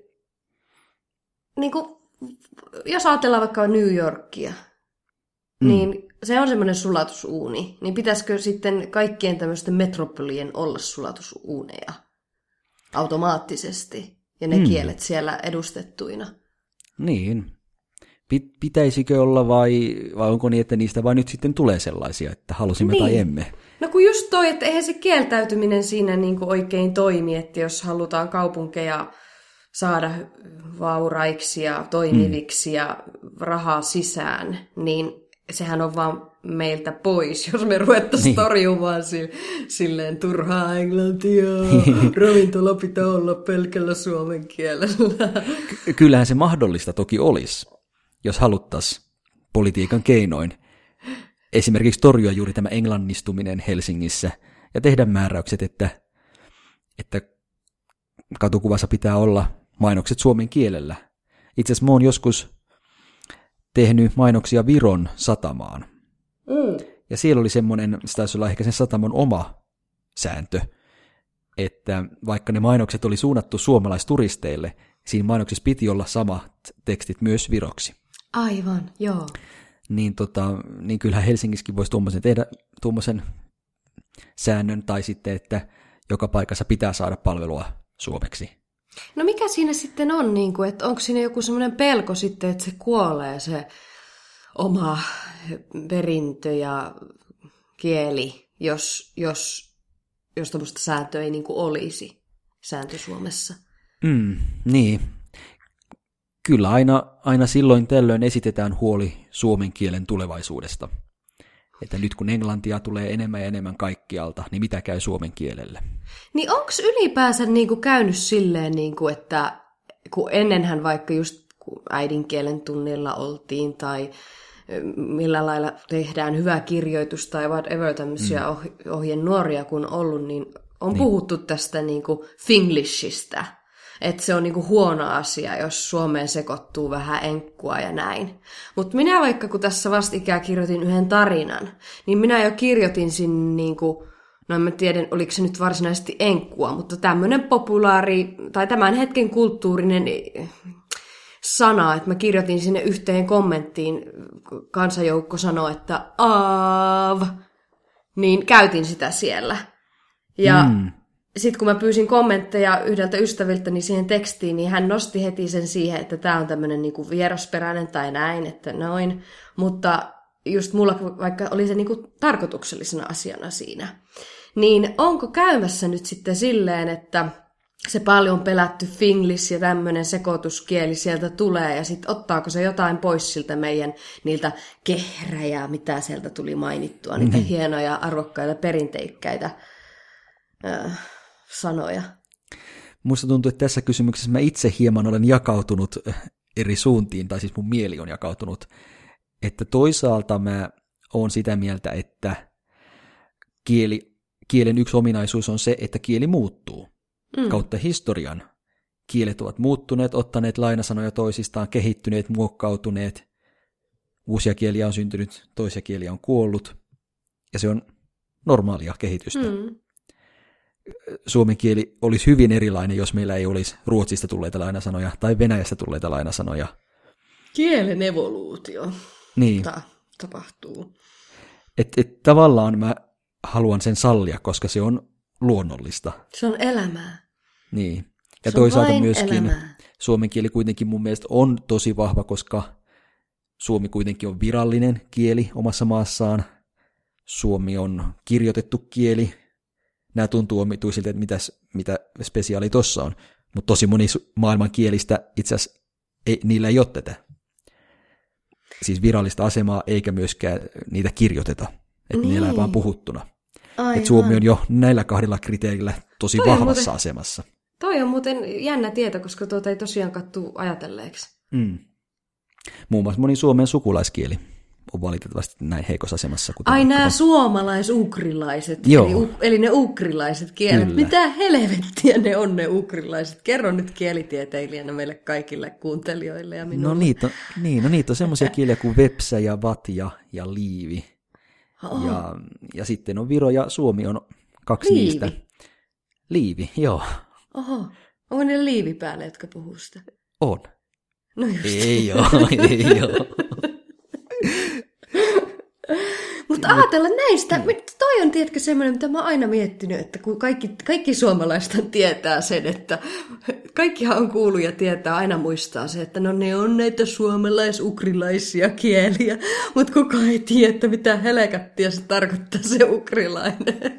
niin kuin, jos ajatellaan vaikka New Yorkia, mm. niin se on semmoinen sulatusuuni. Niin pitäisikö sitten kaikkien tämmöisten metropolien olla sulatusuuneja automaattisesti ja ne mm. kielet siellä edustettuina? Niin. Pitäisikö olla vai, vai onko niin, että niistä vain nyt sitten tulee sellaisia, että halusimme niin tai emme? No kun just toi, että eihän se kieltäytyminen siinä niin kuin oikein toimi, että jos halutaan kaupunkeja saada vauraiksi ja toimiviksi mm. ja rahaa sisään, niin sehän on vaan meiltä pois, jos me ruvettaisiin niin torjumaan silleen turhaa englantia, ravintola pitää olla pelkällä suomen kielellä. Ky- kyllähän se mahdollista toki olisi, jos haluttaisiin politiikan keinoin esimerkiksi torjua juuri tämä englannistuminen Helsingissä ja tehdä määräykset, että, että katukuvassa pitää olla mainokset suomen kielellä. Itse asiassa mä oon joskus tehnyt mainoksia Viron satamaan. Mm. Ja siellä oli semmoinen, se taisi olla ehkä sen sataman oma sääntö, että vaikka ne mainokset oli suunnattu suomalaisturisteille, siinä mainoksessa piti olla samat tekstit myös viroksi. Aivan, joo. Niin, tota, niin kyllähän Helsingissäkin voisi tuommoisen tehdä tuommoisen säännön, tai sitten, että joka paikassa pitää saada palvelua suomeksi. No mikä siinä sitten on, niin kuin, että onko siinä joku semmoinen pelko sitten, että se kuolee se oma perintö ja kieli, jos, jos, jos tämmöistä sääntöä ei niin kuin olisi sääntö Suomessa? Mm, niin. Kyllä aina, aina silloin tällöin esitetään huoli suomen kielen tulevaisuudesta. Että nyt kun englantia tulee enemmän ja enemmän kaikkialta, niin mitä käy suomen kielelle? Niin onko ylipäänsä niinku käynyt silleen, niinku, että kun ennenhän vaikka just kun äidinkielen tunnilla oltiin tai millä lailla tehdään hyvä kirjoitus tai whatever tämmöisiä mm. ohjenuoria kun on ollut, niin on niin puhuttu tästä niinku finglishistä. Että se on niinku huono asia, jos Suomeen sekoittuu vähän enkkua ja näin. Mutta minä vaikka, kun tässä vastikään kirjoitin yhden tarinan, niin minä jo kirjoitin sinne, niinku, no en mä tiedä, oliko se nyt varsinaisesti enkkua, mutta tämmöinen populaari, tai tämän hetken kulttuurinen sana, että mä kirjoitin sinne yhteen kommenttiin, kansanjoukko sanoi, että aav, niin käytin sitä siellä. Ja mm. sitten kun mä pyysin kommentteja yhdeltä ystäviltäni siihen tekstiin, niin hän nosti heti sen siihen, että tämä on tämmöinen niinku vierasperäinen tai näin, että noin. Mutta just mulla, vaikka oli se niinku tarkoituksellisena asiana siinä, niin onko käymässä nyt sitten silleen, että se paljon pelätty finglish ja tämmöinen sekoituskieli sieltä tulee, ja sitten ottaako se jotain pois siltä meidän niiltä kehrä ja mitä sieltä tuli mainittua, niitä mm-hmm. hienoja, arvokkaita, perinteikkäitä äh, sanoja. Musta tuntuu, että tässä kysymyksessä mä itse hieman olen jakautunut eri suuntiin, tai siis mun mieli on jakautunut, että toisaalta mä oon sitä mieltä, että kieli, kielen yksi ominaisuus on se, että kieli muuttuu. Mm. Kautta historian kielet ovat muuttuneet, ottaneet lainasanoja toisistaan, kehittyneet, muokkautuneet. Uusia kieliä on syntynyt, toisia kieliä on kuollut. Ja se on normaalia kehitystä. Mm. Suomen kieli olisi hyvin erilainen, jos meillä ei olisi Ruotsista tulleita lainasanoja tai Venäjästä tulleita lainasanoja. Kielen evoluutio niin. Ta- tapahtuu. Et, et, tavallaan mä haluan sen sallia, koska se on luonnollista. Se on elämää. Niin. Ja se on toisaalta myöskin elämää. Suomen kieli kuitenkin mun mielestä on tosi vahva, koska suomi kuitenkin on virallinen kieli omassa maassaan. Suomi on kirjoitettu kieli. Nämä tuntuu omituisilta, että mitäs, mitä spesiaali tuossa on. Mutta tosi moni maailman kielistä itse asiassa ei, niillä ei ole tätä. Siis virallista asemaa eikä myöskään niitä kirjoiteta. Että niin. Ne elää vaan puhuttuna. Että Suomi on jo näillä kahdella kriteerillä tosi toi vahvassa muuten, asemassa. Toi on muuten jännä tieto, koska tuota ei tosiaan kattu ajatelleeksi. Mm. Muun muassa moni Suomen sukulaiskieli on valitettavasti näin heikossa asemassa. Ai nämä suomalais-ukrilaiset, eli, eli ne ukrilaiset kielet. Kyllä. Mitä helvettiä ne on ne ukrilaiset? Kerro nyt kielitieteilijänä meille kaikille kuuntelijoille ja minulle. No niitä on, niin, no niitä on semmoisia kieliä kuin vepsä ja vatja ja liivi. Oh. Ja, ja sitten on Viro ja Suomi on kaksi liivi. niistä. Liivi, joo. Oho, onko ne liivi päälle, jotka puhuu sitä? On. No just. Ei oo, ei oo. Mutta ajatella näistä, mm. toi on tiedätkö semmoinen, mitä mä oon aina miettinyt, että kun kaikki, kaikki suomalaiset tietää sen, että kaikkihan on kuullut ja tietää, aina muistaa se, että no ne on näitä suomalais-ukrilaisia kieliä, mutta kukaan ei tiedä, että mitä helkättiä se tarkoittaa se ukrilainen.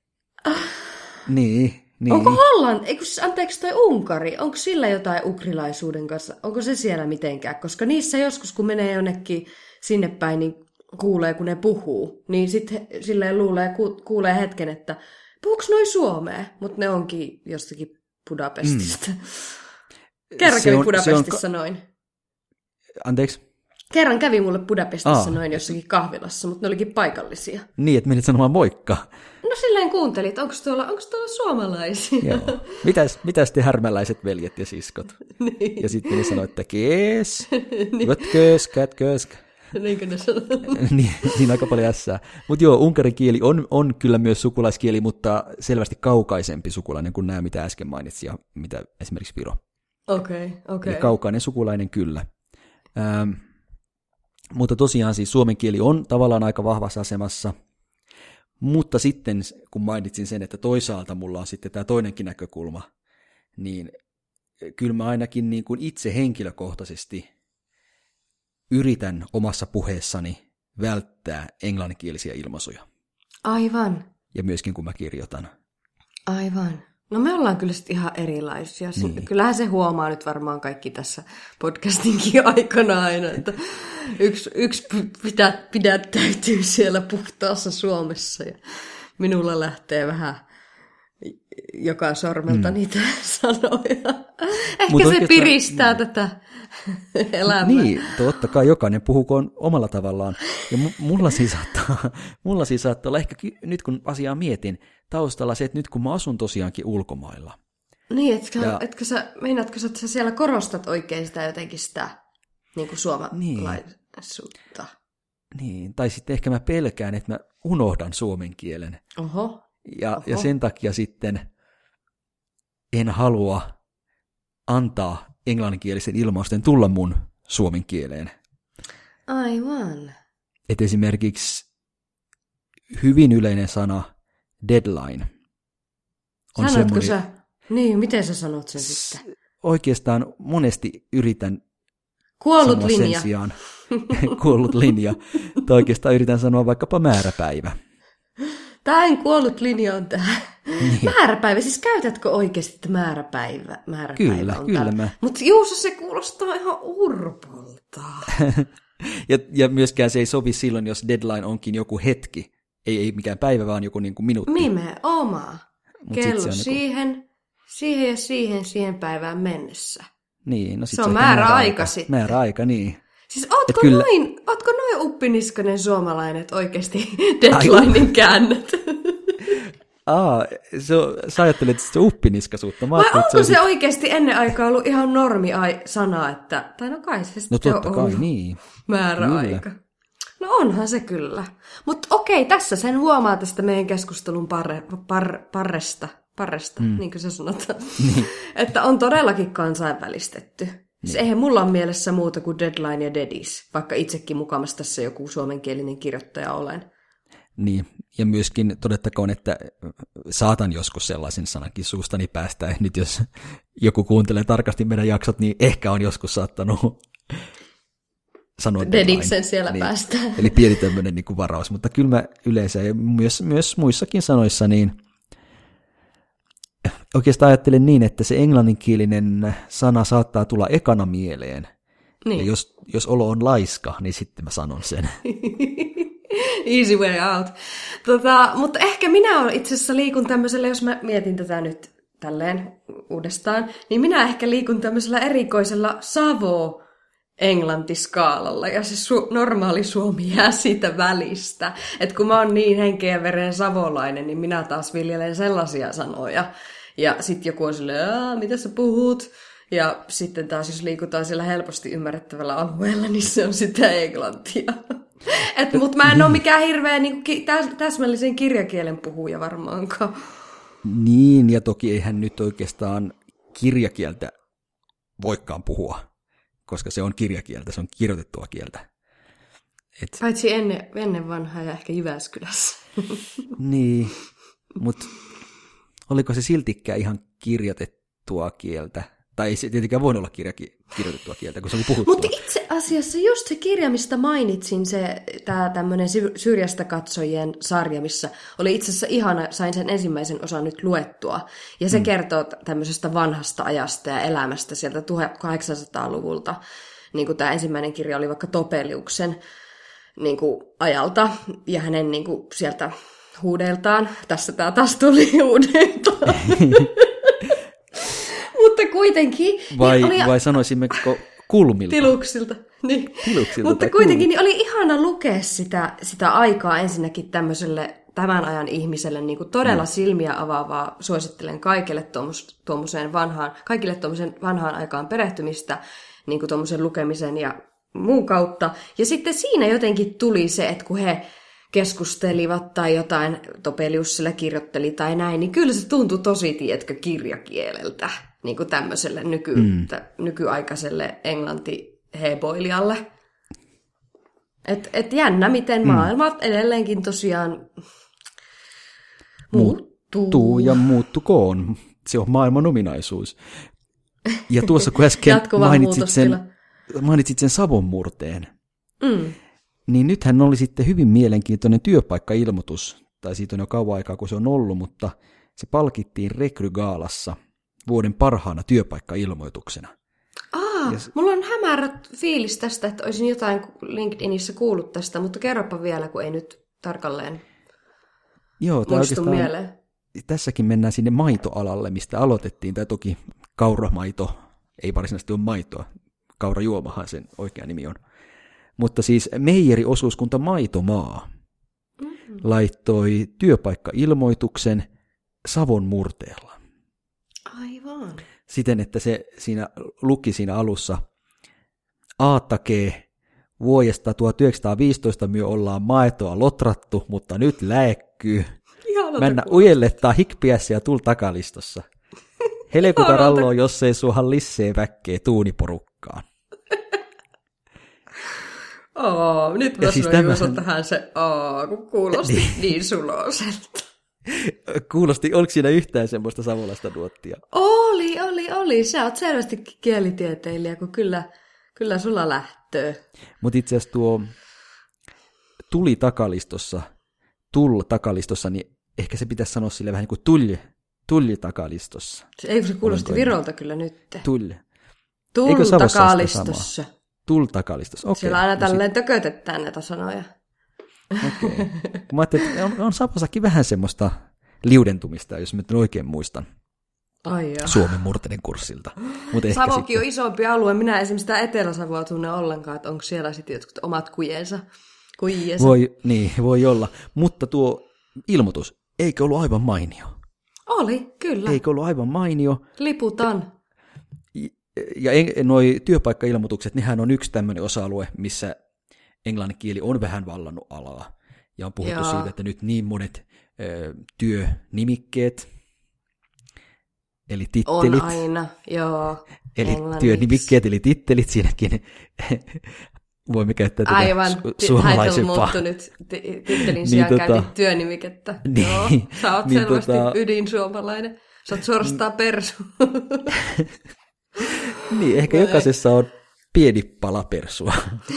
Niin, niin. Onko Hollanti, eikö, anteeksi toi Unkari, onko sillä jotain ukrilaisuuden kanssa, onko se siellä mitenkään, koska niissä joskus kun menee jonnekin sinne päin, niin kuulee, kun ne puhuu, niin sitten silleen luulee, ku, kuulee hetken, että puhuuko noi suomea, mutta ne onkin jostakin Budapestista. Mm. Kerran kävi on, Budapestissa on... noin. Anteeksi? Kerran kävi mulle Budapestissa Aa. noin jossakin kahvilassa, mutta ne olikin paikallisia. Niin, että menit sanomaan moikka. No silleen kuuntelin, että onko tuolla, onko tuolla suomalaisia. Joo. Mitäs, mitäs te härmäläiset veljet ja siskot? Niin. Ja sitten ne sanoi, että kees, niin. köskä, köskä. Niinkö ne sanoo? niin, siinä aika paljon ässää. Mutta joo, unkarin kieli on, on kyllä myös sukulaiskieli, mutta selvästi kaukaisempi sukulainen kuin nämä, mitä äsken mainitsin, ja mitä esimerkiksi Viro. Okei, okay, okei. Okay. Kaukainen sukulainen kyllä. Ähm, mutta tosiaan siis suomen kieli on tavallaan aika vahvassa asemassa, mutta sitten kun mainitsin sen, että toisaalta mulla on sitten tämä toinenkin näkökulma, niin kyllä mä ainakin niin kuin itse henkilökohtaisesti yritän omassa puheessani välttää englanninkielisiä ilmaisuja. Aivan. Ja myöskin kun mä kirjoitan. Aivan. No me ollaan kyllä sitten ihan erilaisia. Niin. Kyllähän se huomaa nyt varmaan kaikki tässä podcastinkin aikana aina, että yksi, yksi pidät, pidättäytyy siellä puhtaassa Suomessa ja minulla lähtee vähän joka sormelta mm. niitä sanoja. Ehkä Mut se piristää mm. tätä elämää. Niin, totta kai jokainen puhukoon omalla tavallaan. Ja mulla siis saattaa, mulla siis saattaa olla ehkä nyt kun asiaa mietin, taustalla se, että nyt kun mä asun tosiaankin ulkomailla. Niin, etkö, ja, etkö sä, meinaatko sä, että sä siellä korostat oikein sitä jotenkin sitä niin kuin suomalaisuutta? Niin. niin, tai sitten ehkä mä pelkään, että mä unohdan suomen kielen. Oho. Ja, ja sen takia sitten en halua antaa englanninkielisen ilmausten tulla mun suomen kieleen. Aivan. Et esimerkiksi hyvin yleinen sana deadline on Sanotko semmoinen... sä? Niin, miten sä sanot sen sitten? Oikeastaan monesti yritän Kuollut sanoa linja. sen sijaan kuollut linja. Tai oikeastaan yritän sanoa vaikkapa määräpäivä. Tämä kuollut linja on tämä. Niin. Määräpäivä, siis käytätkö oikeasti, että määräpäivä, määräpäivä kyllä, on kyllä mä. Mutta Juuso, se kuulostaa ihan urpolta. ja, ja myöskään se ei sovi silloin, jos deadline onkin joku hetki. Ei, ei mikään päivä, vaan joku niin kuin minuutti. Nimenomaan. Mut kello se siihen, niin kuin... siihen ja siihen, siihen päivään mennessä. Niin, no sit se on määräaika sitten. Määräaika, niin. Siis ootko, kyllä... noin, ootko noin uppiniskainen suomalainen, että oikeasti deadlinein käännät? Aa, se, sä ajattelet, että se on uppiniskaisuutta. Vai onko se, se sit... oikeasti ennen aikaa ollut ihan normi-sana, että, tai no kai se sitten no, totta on kai, ollut niin. määräaika. Kyllä. No onhan se kyllä. Mutta okei, tässä sen huomaa tästä meidän keskustelun parre, par, parresta, parresta mm. niin kuin se sanotaan, niin. Että on todellakin kansainvälistetty. Niin. Se eihän mulla ole mielessä muuta kuin Deadline ja Deadies, vaikka itsekin mukamassa tässä joku suomenkielinen kirjoittaja olen. Niin, ja myöskin todettakoon, että saatan joskus sellaisen sanankin suustani päästä. Nyt jos joku kuuntelee tarkasti meidän jaksot, niin ehkä on joskus saattanut sanoa Dediksen siellä niin, päästä. Eli pieni tämmöinen niin kuin varaus, mutta kyllä mä yleensä ja myös, myös muissakin sanoissa niin oikeastaan ajattelen niin, että se englanninkielinen sana saattaa tulla ekana mieleen. Niin. Ja jos, jos olo on laiska, niin sitten mä sanon sen. Easy way out. Tota, mutta ehkä minä itse asiassa liikun tämmöisellä, jos mä mietin tätä nyt tälleen uudestaan, niin minä ehkä liikun tämmöisellä erikoisella Savo-englantiskaalalla, ja se su- normaali suomi jää siitä välistä. Että kun mä oon niin henkeä veren savolainen, niin minä taas viljelen sellaisia sanoja. Ja sitten joku on silleen, mitä sä puhut? Ja sitten taas jos liikutaan siellä helposti ymmärrettävällä alueella, niin se on sitä englantia. Mutta mä en ole mikään hirveä niin kuin, täsmällisen kirjakielen puhuja varmaankaan. Niin, ja toki eihän nyt oikeastaan kirjakieltä voikaan puhua, koska se on kirjakieltä, se on kirjoitettua kieltä. Et... Paitsi ennen, ennen vanhaa ja ehkä Jyväskylässä. Niin, mutta oliko se siltikään ihan kirjoitettua kieltä? Tai ei se tietenkään voinut olla kirjakin, kirjoitettua kieltä, kun se oli puhuttua. Mutta itse asiassa just se kirja, mistä mainitsin, se tämä tämmöinen Syrjästä katsojien sarja, missä oli itse asiassa ihana, sain sen ensimmäisen osan nyt luettua. Ja se mm. kertoo tämmöisestä vanhasta ajasta ja elämästä sieltä tuhatkahdeksansataaluvulta. Niin kuin tämä ensimmäinen kirja oli vaikka Topeliuksen niin kuin ajalta ja hänen niin kuin sieltä huudeiltaan. Tässä tämä taas tuli huudeiltaan. Mutta kuitenkin... Vai, niin oli... vai sanoisimmeko kulmilta? Tiluksilta. Niin. Tiluksilta Mutta kuitenkin niin oli ihana lukea sitä, sitä aikaa ensinnäkin tämmöiselle tämän ajan ihmiselle niin kuin todella mm. silmiä avaavaa. Suosittelen kaikille tuommoiseen vanhaan, kaikille tuommoisen vanhaan aikaan perehtymistä, niin kuin tuommoisen lukemisen ja muun kautta. Ja sitten siinä jotenkin tuli se, että kun he keskustelivat tai jotain Topelius sillä kirjoitteli tai näin, niin kyllä se tuntui tosi, tiedätkö, kirjakieleltä, niin kuin tämmöiselle nyky, mm. t- nykyaikaiselle englanti-heboilijalle. Et, et jännä, miten mm. maailma edelleenkin tosiaan muuttuu. Muuttuu ja muuttukoon. Se on maailman ominaisuus. Ja tuossa kun äsken mainitsit sen, mainitsit sen Savonmurteen, mm. niin nythän oli sitten hyvin mielenkiintoinen työpaikkailmoitus, tai siitä on jo kauan aikaa, kun se on ollut, mutta se palkittiin Rekrygaalassa vuoden parhaana työpaikkailmoituksena. Aa, ja... mulla on hämärä fiilis tästä, että olisin jotain LinkedInissä kuullut tästä, mutta kerropa vielä, kun ei nyt tarkalleen Joo, muistu mieleen. Tässäkin mennään sinne maitoalalle, mistä aloitettiin, tai toki kauramaito, ei varsinaisesti ole maitoa, kaurajuomahan sen oikea nimi on. Mutta siis meijeriosuuskunta Maitomaa mm-hmm. laittoi työpaikkailmoituksen Savonmurteella. Aivan. Siten, että se siinä luki siinä alussa, Aattakee, vuodesta tuhatyhdeksänsataaviisitoista myö ollaan maitoa lotrattu, mutta nyt läekkyy. Mennä ujellettaa hikpiässä ja tul takalistossa. Helekuta ralloo, jos ei suohan lissee väkkee tuuniporukkaan. Oo, nyt mä siis sanoin Juuso tähän se oo, kun kuulosti niin, niin suloiselta. Kuulosti, oliko siinä yhtään semmoista savolaista nuottia? Oli, oli, oli. Sä oot selvästi kielitieteilijä, kun kyllä, kyllä sulla lähtöö. Mutta itse asiassa tuo tuli takalistossa, tull takalistossa, niin ehkä se pitäisi sanoa sille vähän niin kuin tulli, tulli takalistossa. Ei, kun se kuulosti Virolta kyllä nyt. Tulli. Tull takalistossa. Tull takalistossa, okei. Siellä aina tälleen tökötetään näitä sanoja. Okei. Okay. Mä ajattelin, että on, on Savossakin vähän semmoista liudentumista, jos mä nyt oikein muistan. Ai joo. Suomen murteiden kurssilta. Savokin sitten... on isompi alue. Minä esimerkiksi sitä Etelä-Savoa tunne ollenkaan, että onko siellä sitten jotkut omat kujensa. Kujiensa. Voi, niin, voi olla. Mutta tuo ilmoitus, eikö ollut aivan mainio? Oli, kyllä. Eikö ollut aivan mainio? Liputan. Ja noi työpaikkailmoitukset, nehän on yksi tämmöinen osa-alue, missä englannin kieli on vähän vallannut alaa. Ja on puhuttu Joo. siitä, että nyt niin monet ö, työnimikkeet, eli tittelit. On aina, joo. Eli työnimikkeet, eli tittelit, siinäkin voimme käyttää tätä Aivan, su- suomalaisempaa. Aivan, nyt tittelin sijaan niin, käytin tota, työnimikettä. Niin, Joo, sä oot niin, selvästi tota, ydinsuomalainen. Sä oot suorastaan persu. Niin, ehkä jokaisessa on pieni pala persua.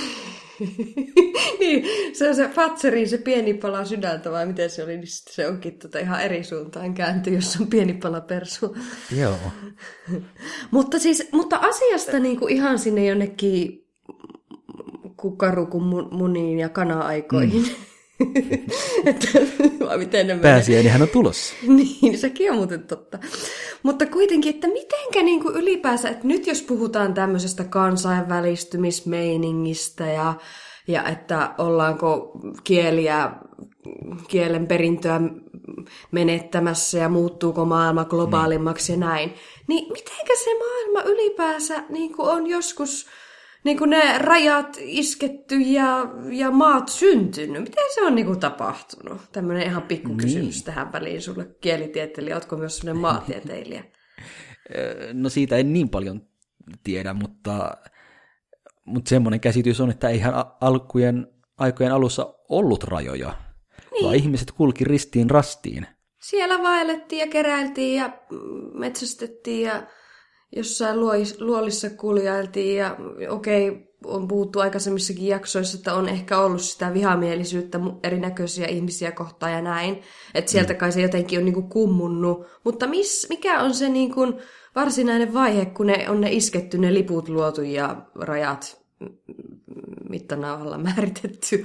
Niin, se on se Fatserin se pieni pala sydäntä, vai miten se oli, niin se onkin tota ihan eri suuntaan käänty, jos on pieni pala persua. Joo. mutta, siis, mutta asiasta niin kuin ihan sinne jonnekin kukaru kuin muniin ja kana-aikoihin. Mm. että, vai miten ne Pääsiäinenhän on tulossa. Niin, sekin on muuten totta. Mutta kuitenkin, että mitenkä niin kuin ylipäänsä, että nyt jos puhutaan tämmöisestä kansainvälistymismeiningistä ja, ja että ollaanko kieliä, kielen perintöä menettämässä ja muuttuuko maailma globaalimmaksi mm. ja näin, niin mitenkä se maailma ylipäänsä niin kuin on joskus niin kuin ne rajat isketty ja, ja maat syntynyt. Miten se on niin kuin tapahtunut? Tämmöinen ihan pikku kysymys niin. tähän väliin sulle kielitieteilijä. Ootko myös sellainen maatieteilijä? No siitä en niin paljon tiedä, mutta, mutta semmoinen käsitys on, että eihän alkujen, aikojen alussa ollut rajoja, niin. vaan ihmiset kulki ristiin rastiin. Siellä vaellettiin ja keräiltiin ja metsästettiin ja jossain luolissa kuljailtiin ja okei, okay, on puhuttu aikaisemmissakin jaksoissa, että on ehkä ollut sitä vihamielisyyttä erinäköisiä ihmisiä kohtaan ja näin. Että sieltä kai se jotenkin on niinku kummunnut. Mutta mis, mikä on se niinku varsinainen vaihe, kun ne on ne isketty, ne liput luotu ja rajat mittanauhalla määritetty?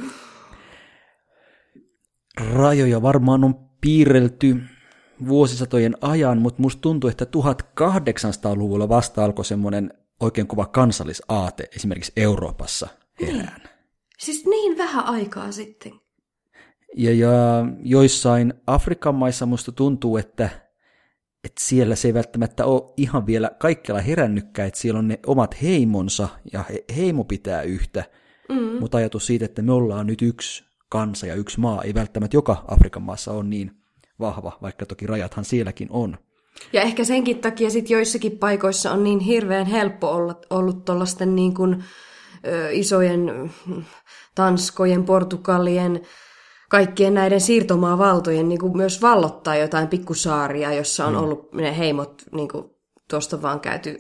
Rajoja varmaan on piirrelty vuosisatojen ajan, mutta musta tuntuu, että tuhatkahdeksansataaluvulla vasta alkoi semmoinen oikein kova kansallisaate esimerkiksi Euroopassa herään. Niin. Siis niin vähän aikaa sitten. Ja, ja joissain Afrikan maissa musta tuntuu, että, että siellä se ei välttämättä ole ihan vielä kaikkialla herännytkään, että siellä on ne omat heimonsa ja he, heimo pitää yhtä, mm. mutta ajatus siitä, että me ollaan nyt yksi kansa ja yksi maa, ei välttämättä joka Afrikan maassa ole niin vahva, vaikka toki rajathan sielläkin on. Ja ehkä senkin takia sit joissakin paikoissa on niin hirveän helppo olla, ollut tuollaisten niin kuin, ö, isojen Tanskojen, Portugalien, kaikkien näiden siirtomaavaltojen niin kuin myös vallottaa jotain pikkusaaria, jossa on mm. ollut ne heimot niin kuin tuosta vaan käyty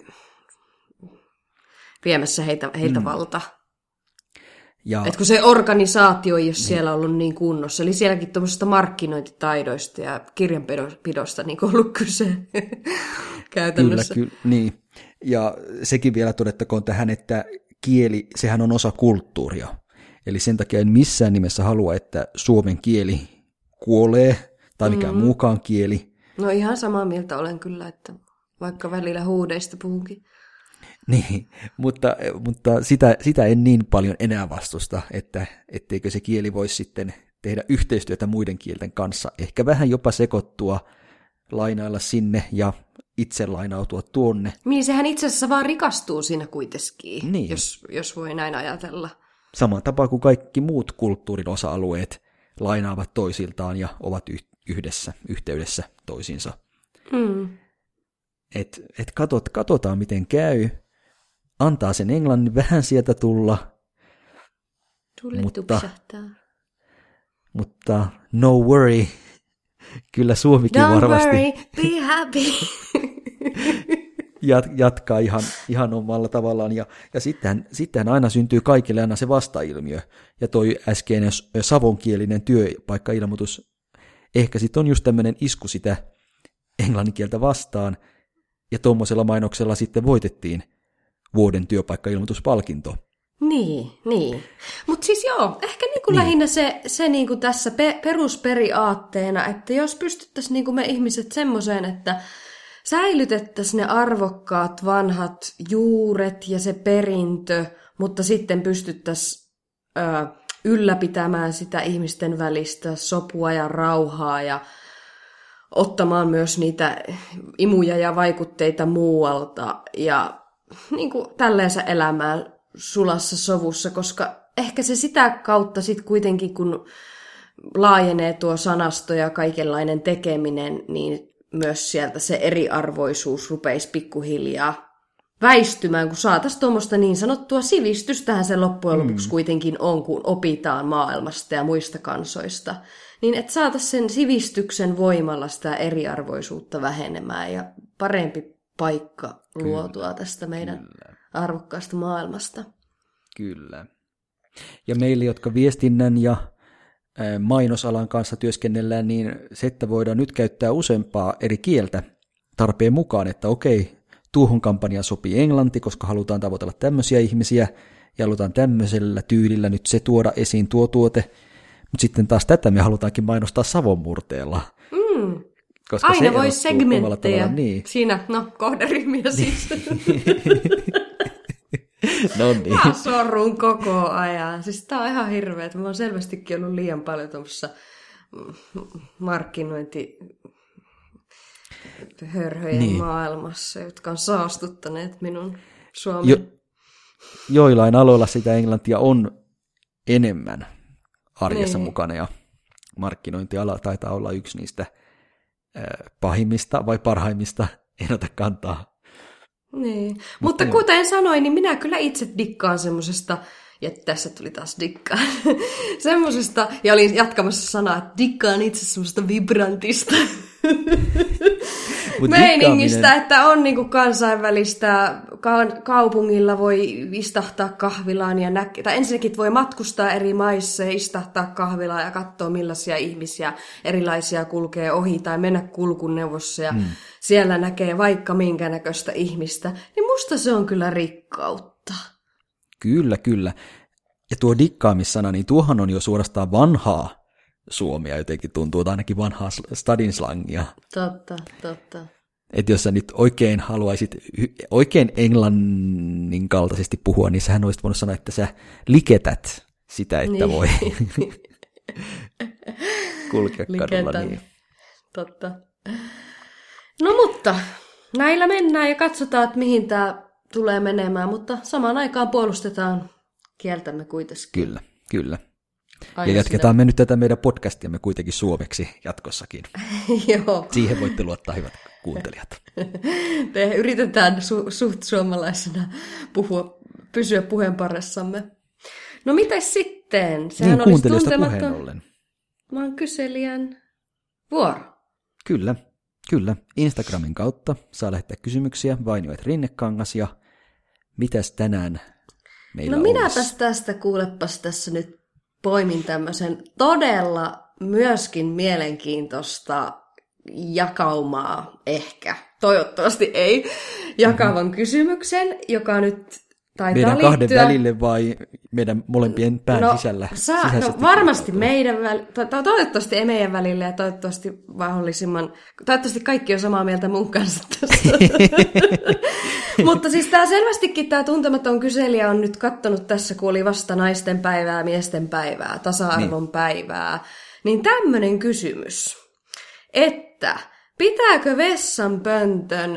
viemässä heitä, heiltä mm. valta. Ja et kun se organisaatio ei ole niin. siellä ollut niin kunnossa. Eli sielläkin tuommoisesta markkinointitaidoista ja kirjanpidosta niin ollut kyse käytännössä. Kyllä, kyllä, niin. Ja sekin vielä todettakoon tähän, että kieli, sehän on osa kulttuuria. Eli sen takia en missään nimessä halua, että suomen kieli kuolee tai mikään mm. muukaan kieli. No ihan samaa mieltä olen kyllä, että vaikka välillä huudeista puhunkin. Niin, mutta, mutta sitä, sitä en niin paljon enää vastusta, että etteikö se kieli voisi sitten tehdä yhteistyötä muiden kielten kanssa. Ehkä vähän jopa sekoittua, lainailla sinne ja itse lainautua tuonne. Niin, sehän itse asiassa vaan rikastuu siinä kuitenkin, niin. jos, jos voi näin ajatella. Sama tapa kuin kaikki muut kulttuurin osa-alueet lainaavat toisiltaan ja ovat yhdessä, yhteydessä toisiinsa. Mm. Et, et katot, katsotaan, miten käy. Antaa sen englannin vähän sieltä tulla. Tulle mutta, tupsahtaa. Mutta no worry. Kyllä Suomikin Don't varmasti worry, be happy. jat, jatkaa ihan, ihan omalla tavallaan. Ja, ja sittenhän, sittenhän aina syntyy kaikille aina se vastailmiö. Ja toi äskeinen savonkielinen työpaikkailmoitus, ehkä sitten on just tämmöinen isku sitä englanninkieltä vastaan. Ja tuommoisella mainoksella sitten voitettiin vuoden työpaikkailmoituspalkinto. Niin, niin. Mutta siis joo, ehkä niinku niin. lähinnä se, se niinku tässä pe- perusperiaatteena, että jos pystyttäisiin niinku me ihmiset semmoiseen, että säilytettäisiin ne arvokkaat vanhat juuret ja se perintö, mutta sitten pystyttäisiin ö, ylläpitämään sitä ihmisten välistä sopua ja rauhaa ja ottamaan myös niitä imuja ja vaikutteita muualta ja niin kuin tälleensä elämään sulassa sovussa, koska ehkä se sitä kautta sitten kuitenkin, kun laajenee tuo sanasto ja kaikenlainen tekeminen, niin myös sieltä se eriarvoisuus rupeisi pikkuhiljaa väistymään, kun saataisiin tuommoista niin sanottua sivistystähän se loppujen lopuksi mm. kuitenkin on, kun opitaan maailmasta ja muista kansoista. Niin että saataisiin sen sivistyksen voimalla sitä eriarvoisuutta vähenemään ja parempi paikka Kyllä. luotua tästä meidän Kyllä. arvokkaasta maailmasta. Kyllä. Ja meille, jotka viestinnän ja mainosalan kanssa työskennellään, niin se, että voidaan nyt käyttää useampaa eri kieltä tarpeen mukaan, että okei, tuohon kampanjaan sopii englanti, koska halutaan tavoitella tämmöisiä ihmisiä ja halutaan tämmöisellä tyylillä nyt se tuoda esiin tuo tuote, mutta sitten taas tätä me halutaankin mainostaa savonmurteella. Mm. Koska aina voi segmenttejä niin. Siinä, no kohderyhmiä siis. No niin. Mä sorrun koko ajan. Siis tää on ihan hirveä. Mä oon selvästikin ollut liian paljon tuossa markkinointi hörhöjen niin. maailmassa, jotka on saastuttaneet minun Suomen. Jo, joillain aloilla sitä englantia on enemmän arjessa niin. mukana, ja markkinointiala taitaa olla yksi niistä äh, pahimmista vai parhaimmista, en ota kantaa. Niin. Mutta, Mutta kuten sanoin, niin minä kyllä itse dikkaan semmosesta, ja tässä tuli taas dikkaa, semmosesta, ja olin jatkamassa sanaa, että dikkaan itse semmosesta vibrantista meiningistä, että on niinku kansainvälistä, ka- kaupungilla voi istahtaa kahvilaan, ja nä- tai ensinnäkin voi matkustaa eri maissa ja istahtaa kahvilaan ja katsoa millaisia ihmisiä erilaisia kulkee ohi, tai mennä kulkuneuvossa, ja mm. siellä näkee vaikka minkä näköistä ihmistä, niin musta se on kyllä rikkautta. Kyllä, kyllä. Ja tuo dikkaamissana, niin tuohan on jo suorastaan vanhaa suomea, jotenkin tuntuu, että ainakin vanhaa stadinslangia. Totta, totta. Että jos sä nyt oikein haluaisit oikein englannin kaltaisesti puhua, niin sähän olisit voinut sanoa, että sä liketät sitä, että niin. voi kulkea kadulla. Niin. Totta. No mutta, näillä mennään ja katsotaan, että mihin tämä tulee menemään, mutta samaan aikaan puolustetaan kieltämme kuitenkin. Kyllä, kyllä. Aina ja jatketaan sitä. Me nyt tätä meidän podcastiamme kuitenkin suomeksi jatkossakin. Joo. Siihen voitte luottaa, hyvät kuuntelijat. Te yritetään su- suht suomalaisena puhua, pysyä puheen paressamme. No mitäs sitten? Sehän niin, olisi tuntematon. Puheen ollen. Mä oon kyselijän vuoro. Kyllä, kyllä. Instagramin kautta saa lähettää kysymyksiä Vainio et Rinnekangas, ja mitäs tänään meillä No olisi? minäpäs tästä kuulepas tässä nyt poimin tämmöisen todella myöskin mielenkiintoista jakaumaa ehkä, toivottavasti ei, jakavan mm-hmm. kysymyksen, joka nyt taitaa meidän liittyä... kahden välille vai meidän molempien pään no, sisällä? Saa, no varmasti meidän välillä, to- to- toivottavasti ei meidän välillä ja toivottavasti mahdollisimman, toivottavasti kaikki on samaa mieltä mun kanssa tässä. Mutta siis tämä selvästikin tämä tuntematon kyselijä on nyt katsonut tässä, kun oli vasta naisten päivää, miesten päivää, tasa-arvon niin. päivää, niin tämmöinen kysymys, että pitääkö vessanpöntön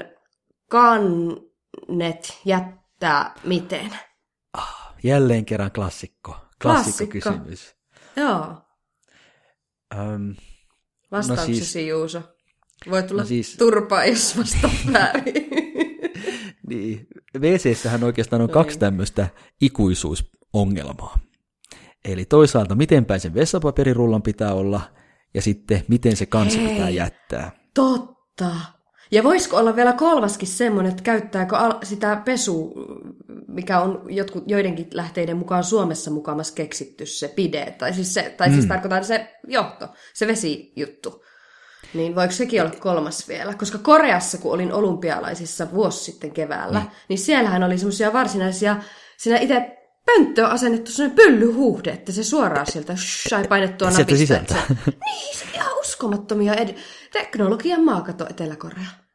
kannet jättää miten? Ah, jälleen kerran klassikko. Klassikko kysymys. Joo. Um, Vastauksesi, no siis, Juuso. Voi tulla no siis, turpaa, jos vastaat väärin. Niin, W C:ssähän oikeastaan on no kaksi niin. tämmöistä ikuisuusongelmaa. Eli toisaalta, miten päin sen vessapaperirullan pitää olla, ja sitten, miten se kansi Hei, pitää jättää. Totta. Ja voisiko olla vielä kolmaskin semmoinen, että käyttääkö sitä pesu, mikä on jotkut, joidenkin lähteiden mukaan Suomessa mukamas keksitty se pide, tai siis, se, tai siis mm. tarkoitan se johto, se vesijuttu. Niin voiko sekin olla kolmas vielä? Koska Koreassa, kun olin olympialaisissa vuosi sitten keväällä, mm. niin siellähän oli semmoisia varsinaisia, siinä itse pönttöön asennettu semmoinen pyllyhuhde, että se suoraan sieltä sai painettua napista. Sisältä. Se, niin, se ihan uskomattomia ed- teknologian maakato Etelä-Korea.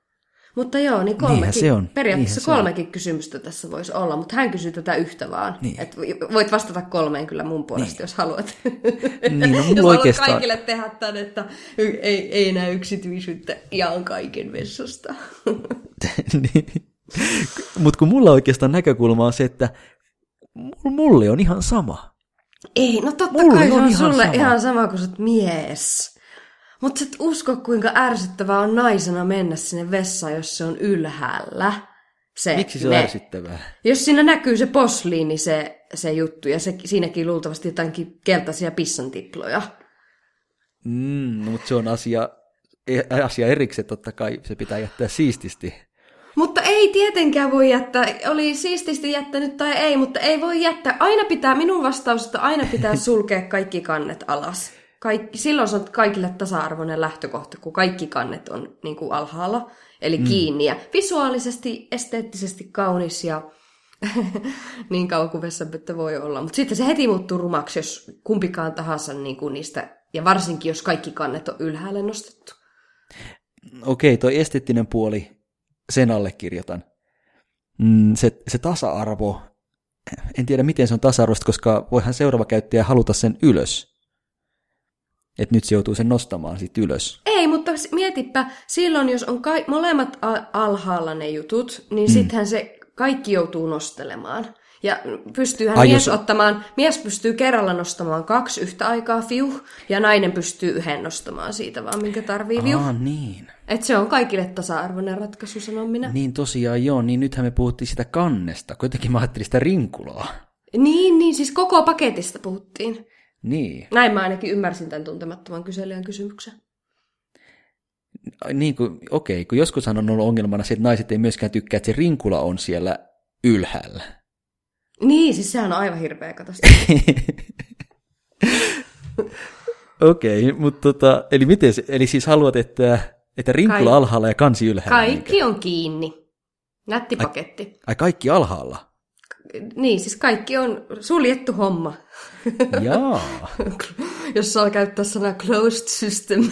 Mutta joo, niin kolmekin, se on. periaatteessa Niinhän kolmekin on. Kysymystä tässä voisi olla, mutta hän kysyy tätä yhtä vaan. Niin. Et voit vastata kolmeen kyllä mun puolesta, niin. jos haluat. Niin, no, jos haluat oikeastaan... kaikille tehdä tämän, että ei, ei enää yksityisyyttä, jaan kaiken vessasta. niin. Mutta kun mulla oikeastaan näkökulma on se, että mulle on ihan sama. Ei, no totta mulle kai se on, on sulle sama. ihan sama kuin sä oot mies. Mutta sä et usko, kuinka ärsyttävää on naisena mennä sinne vessaan, jos se on ylhäällä. Se, Miksi se on ne, ärsyttävää? Jos siinä näkyy se posliini, se, se juttu, ja se, siinäkin luultavasti jotainkin keltaisia pissantiploja. Mm, no, mutta se on asia, asia erikseen, totta kai se pitää jättää siististi. Mutta ei tietenkään voi jättää, oli siististi jättänyt tai ei, mutta ei voi jättää. Aina pitää, minun vastaus, että aina pitää sulkea kaikki kannet alas. Kaikki, silloin se on kaikille tasa-arvoinen lähtökohta, kun kaikki kannet on niin kuin alhaalla, eli mm. kiinni. Ja visuaalisesti, esteettisesti kaunis ja niin kauan kuin vessanpönttä voi olla. Mutta sitten se heti muuttuu rumaksi, jos kumpikaan tahansa niin kuin niistä, ja varsinkin jos kaikki kannet on ylhäälle nostettu. Okei, toi esteettinen puoli, sen allekirjoitan. Se, se tasa-arvo, en tiedä miten se on tasa-arvoista, koska voihan seuraava käyttäjä haluta sen ylös. Että nyt se joutuu sen nostamaan siitä ylös. Ei, mutta mietipä, silloin jos on ka- molemmat alhaalla ne jutut, niin mm. sittenhän se kaikki joutuu nostelemaan. Ja pystyyhän Ai, mies jos... ottamaan, mies pystyy kerralla nostamaan kaksi yhtä aikaa, fiuh, ja nainen pystyy yhden nostamaan siitä vaan, minkä tarvii, viuh. Aa, niin. Että se on kaikille tasa-arvoinen ratkaisu, sanon minä. Niin tosiaan joo, niin nythän me puhuttiin sitä kannesta, kuitenkin mä ajattelin sitä rinkulaa. Niin, niin, siis koko paketista puhuttiin. Niin. Näin mä ainakin ymmärsin tämän tuntemattoman kyselijän kysymyksen. Niin kuin, okei, kun joskushan on ollut ongelmana se, että naiset ei myöskään tykkää, että se rinkula on siellä ylhäällä. Niin, siis sehän on aivan hirveä katastrofi. Okei, mutta tota, eli miten se, eli siis haluat, että, että rinkula Kaik- alhaalla ja kansi ylhäällä? Kaikki eikä? On kiinni. Nätti paketti. Ai, ai kaikki alhaalla? Niin, siis kaikki on suljettu homma. Jaa. Jos saa käyttää sanaa closed system.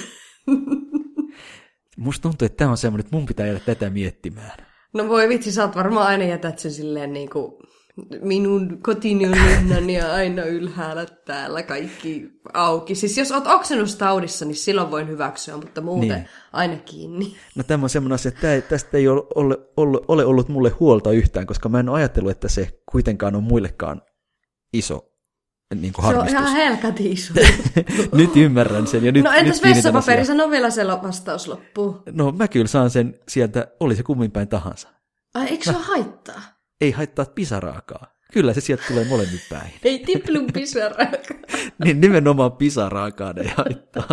Musta tuntuu, että tämä on semmoinen, että mun pitää jäädä tätä miettimään. No voi vitsi, sä oot varmaan aina jätät sen silleen niin kuin minun kotini on linnani ja aina ylhäällä täällä kaikki auki. Siis jos oot oksennustaudissa, niin silloin voin hyväksyä, mutta muuten niin. Aina kiinni. No tämä on semmoinen asia, että tästä ei ole, ole, ole, ole ollut mulle huolta yhtään, koska mä en ole ajatellut, että se kuitenkaan on muillekaan iso niin kuin harmistus. Se on ihan helkati iso. Nyt ymmärrän sen. Ja nyt, no entäs vessapaperi, sano vielä se vastaus loppuu. No mä kyllä saan sen sieltä, oli se kummin päin tahansa. Ai eikö se ole haittaa? Ei haittaa pisaraakaan. Kyllä se sieltä tulee molemmin päin. Ei tiplun pisaraakaan. Niin nimenomaan pisaraakaan ei haittaa.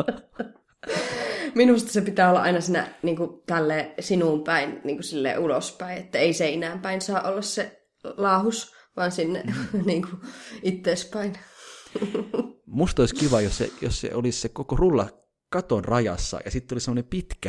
Minusta se pitää olla aina siinä niin kuin tälleen sinuun päin, niin kuin silleen ulospäin, että ei seinään päin saa olla se laahus, vaan sinne mm. niin kuin itteespäin. Musta olisi kiva, jos se, jos se olisi se koko rulla katon rajassa ja sitten tuli semmoinen pitkä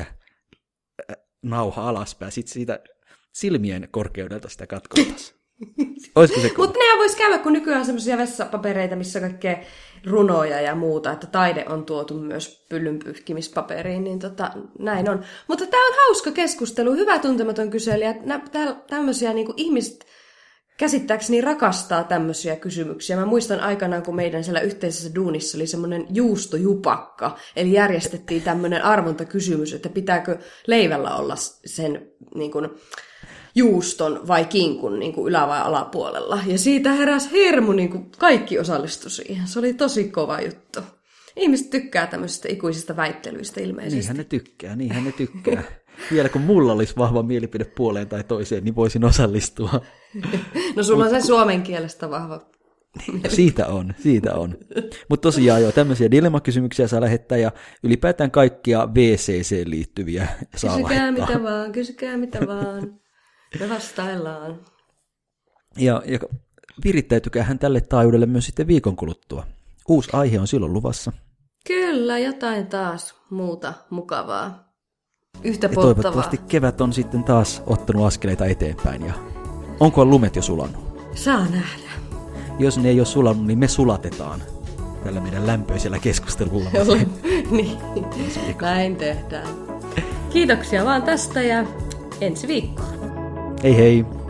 nauha alaspäin, sitten siitä silmien korkeudelta sitä katkoitaisiin. Mutta nehän voisi käydä, kun nykyään on semmoisia vessapapereita, missä on kaikkea runoja ja muuta, että taide on tuotu myös pyllynpyyhkimispaperiin, niin tota, näin on. Mutta tämä on hauska keskustelu, hyvä tuntematon kyselijä. Tämmöisiä niin kuin ihmiset käsittääkseni rakastaa tämmöisiä kysymyksiä. Mä muistan aikanaan, kun meidän siellä yhteisessä duunissa oli semmoinen juustojupakka, eli järjestettiin tämmöinen arvontakysymys, että pitääkö leivällä olla sen niin kuin juuston vai kinkun niin kuin ylä- vai alapuolella. Ja siitä heräsi hirmu, niin kuin kaikki osallistui siihen. Se oli tosi kova juttu. Ihmiset tykkää tämmöisistä ikuisista väittelyistä ilmeisesti. Niinhän ne tykkää, niinhän ne tykkää. Vielä kun mulla olisi vahva mielipide puoleen tai toiseen, niin voisin osallistua. No sulla on se suomen kielestä vahva. Siitä on, siitä on. Mutta tosiaan joo, tämmöisiä dilemmakysymyksiä saa lähettää ja ylipäätään kaikkia V C C:n liittyviä saa kysykää laittaa. mitä vaan, kysykää mitä vaan. Me vastaillaan. Ja, ja virittäytykäähän tälle taajuudelle myös sitten viikon kuluttua. Uusi aihe on silloin luvassa. Kyllä, jotain taas muuta mukavaa. Yhtä ja polttavaa. Toivottavasti kevät on sitten taas ottanut askeleita eteenpäin. Ja onko lumet jo sulannut? Saa nähdä. Jos ne ei ole sulannut, niin me sulatetaan tällä meidän lämpöisellä keskustelulla. niin, näin tehdään. Kiitoksia vaan tästä ja ensi viikkoon. Hei hei!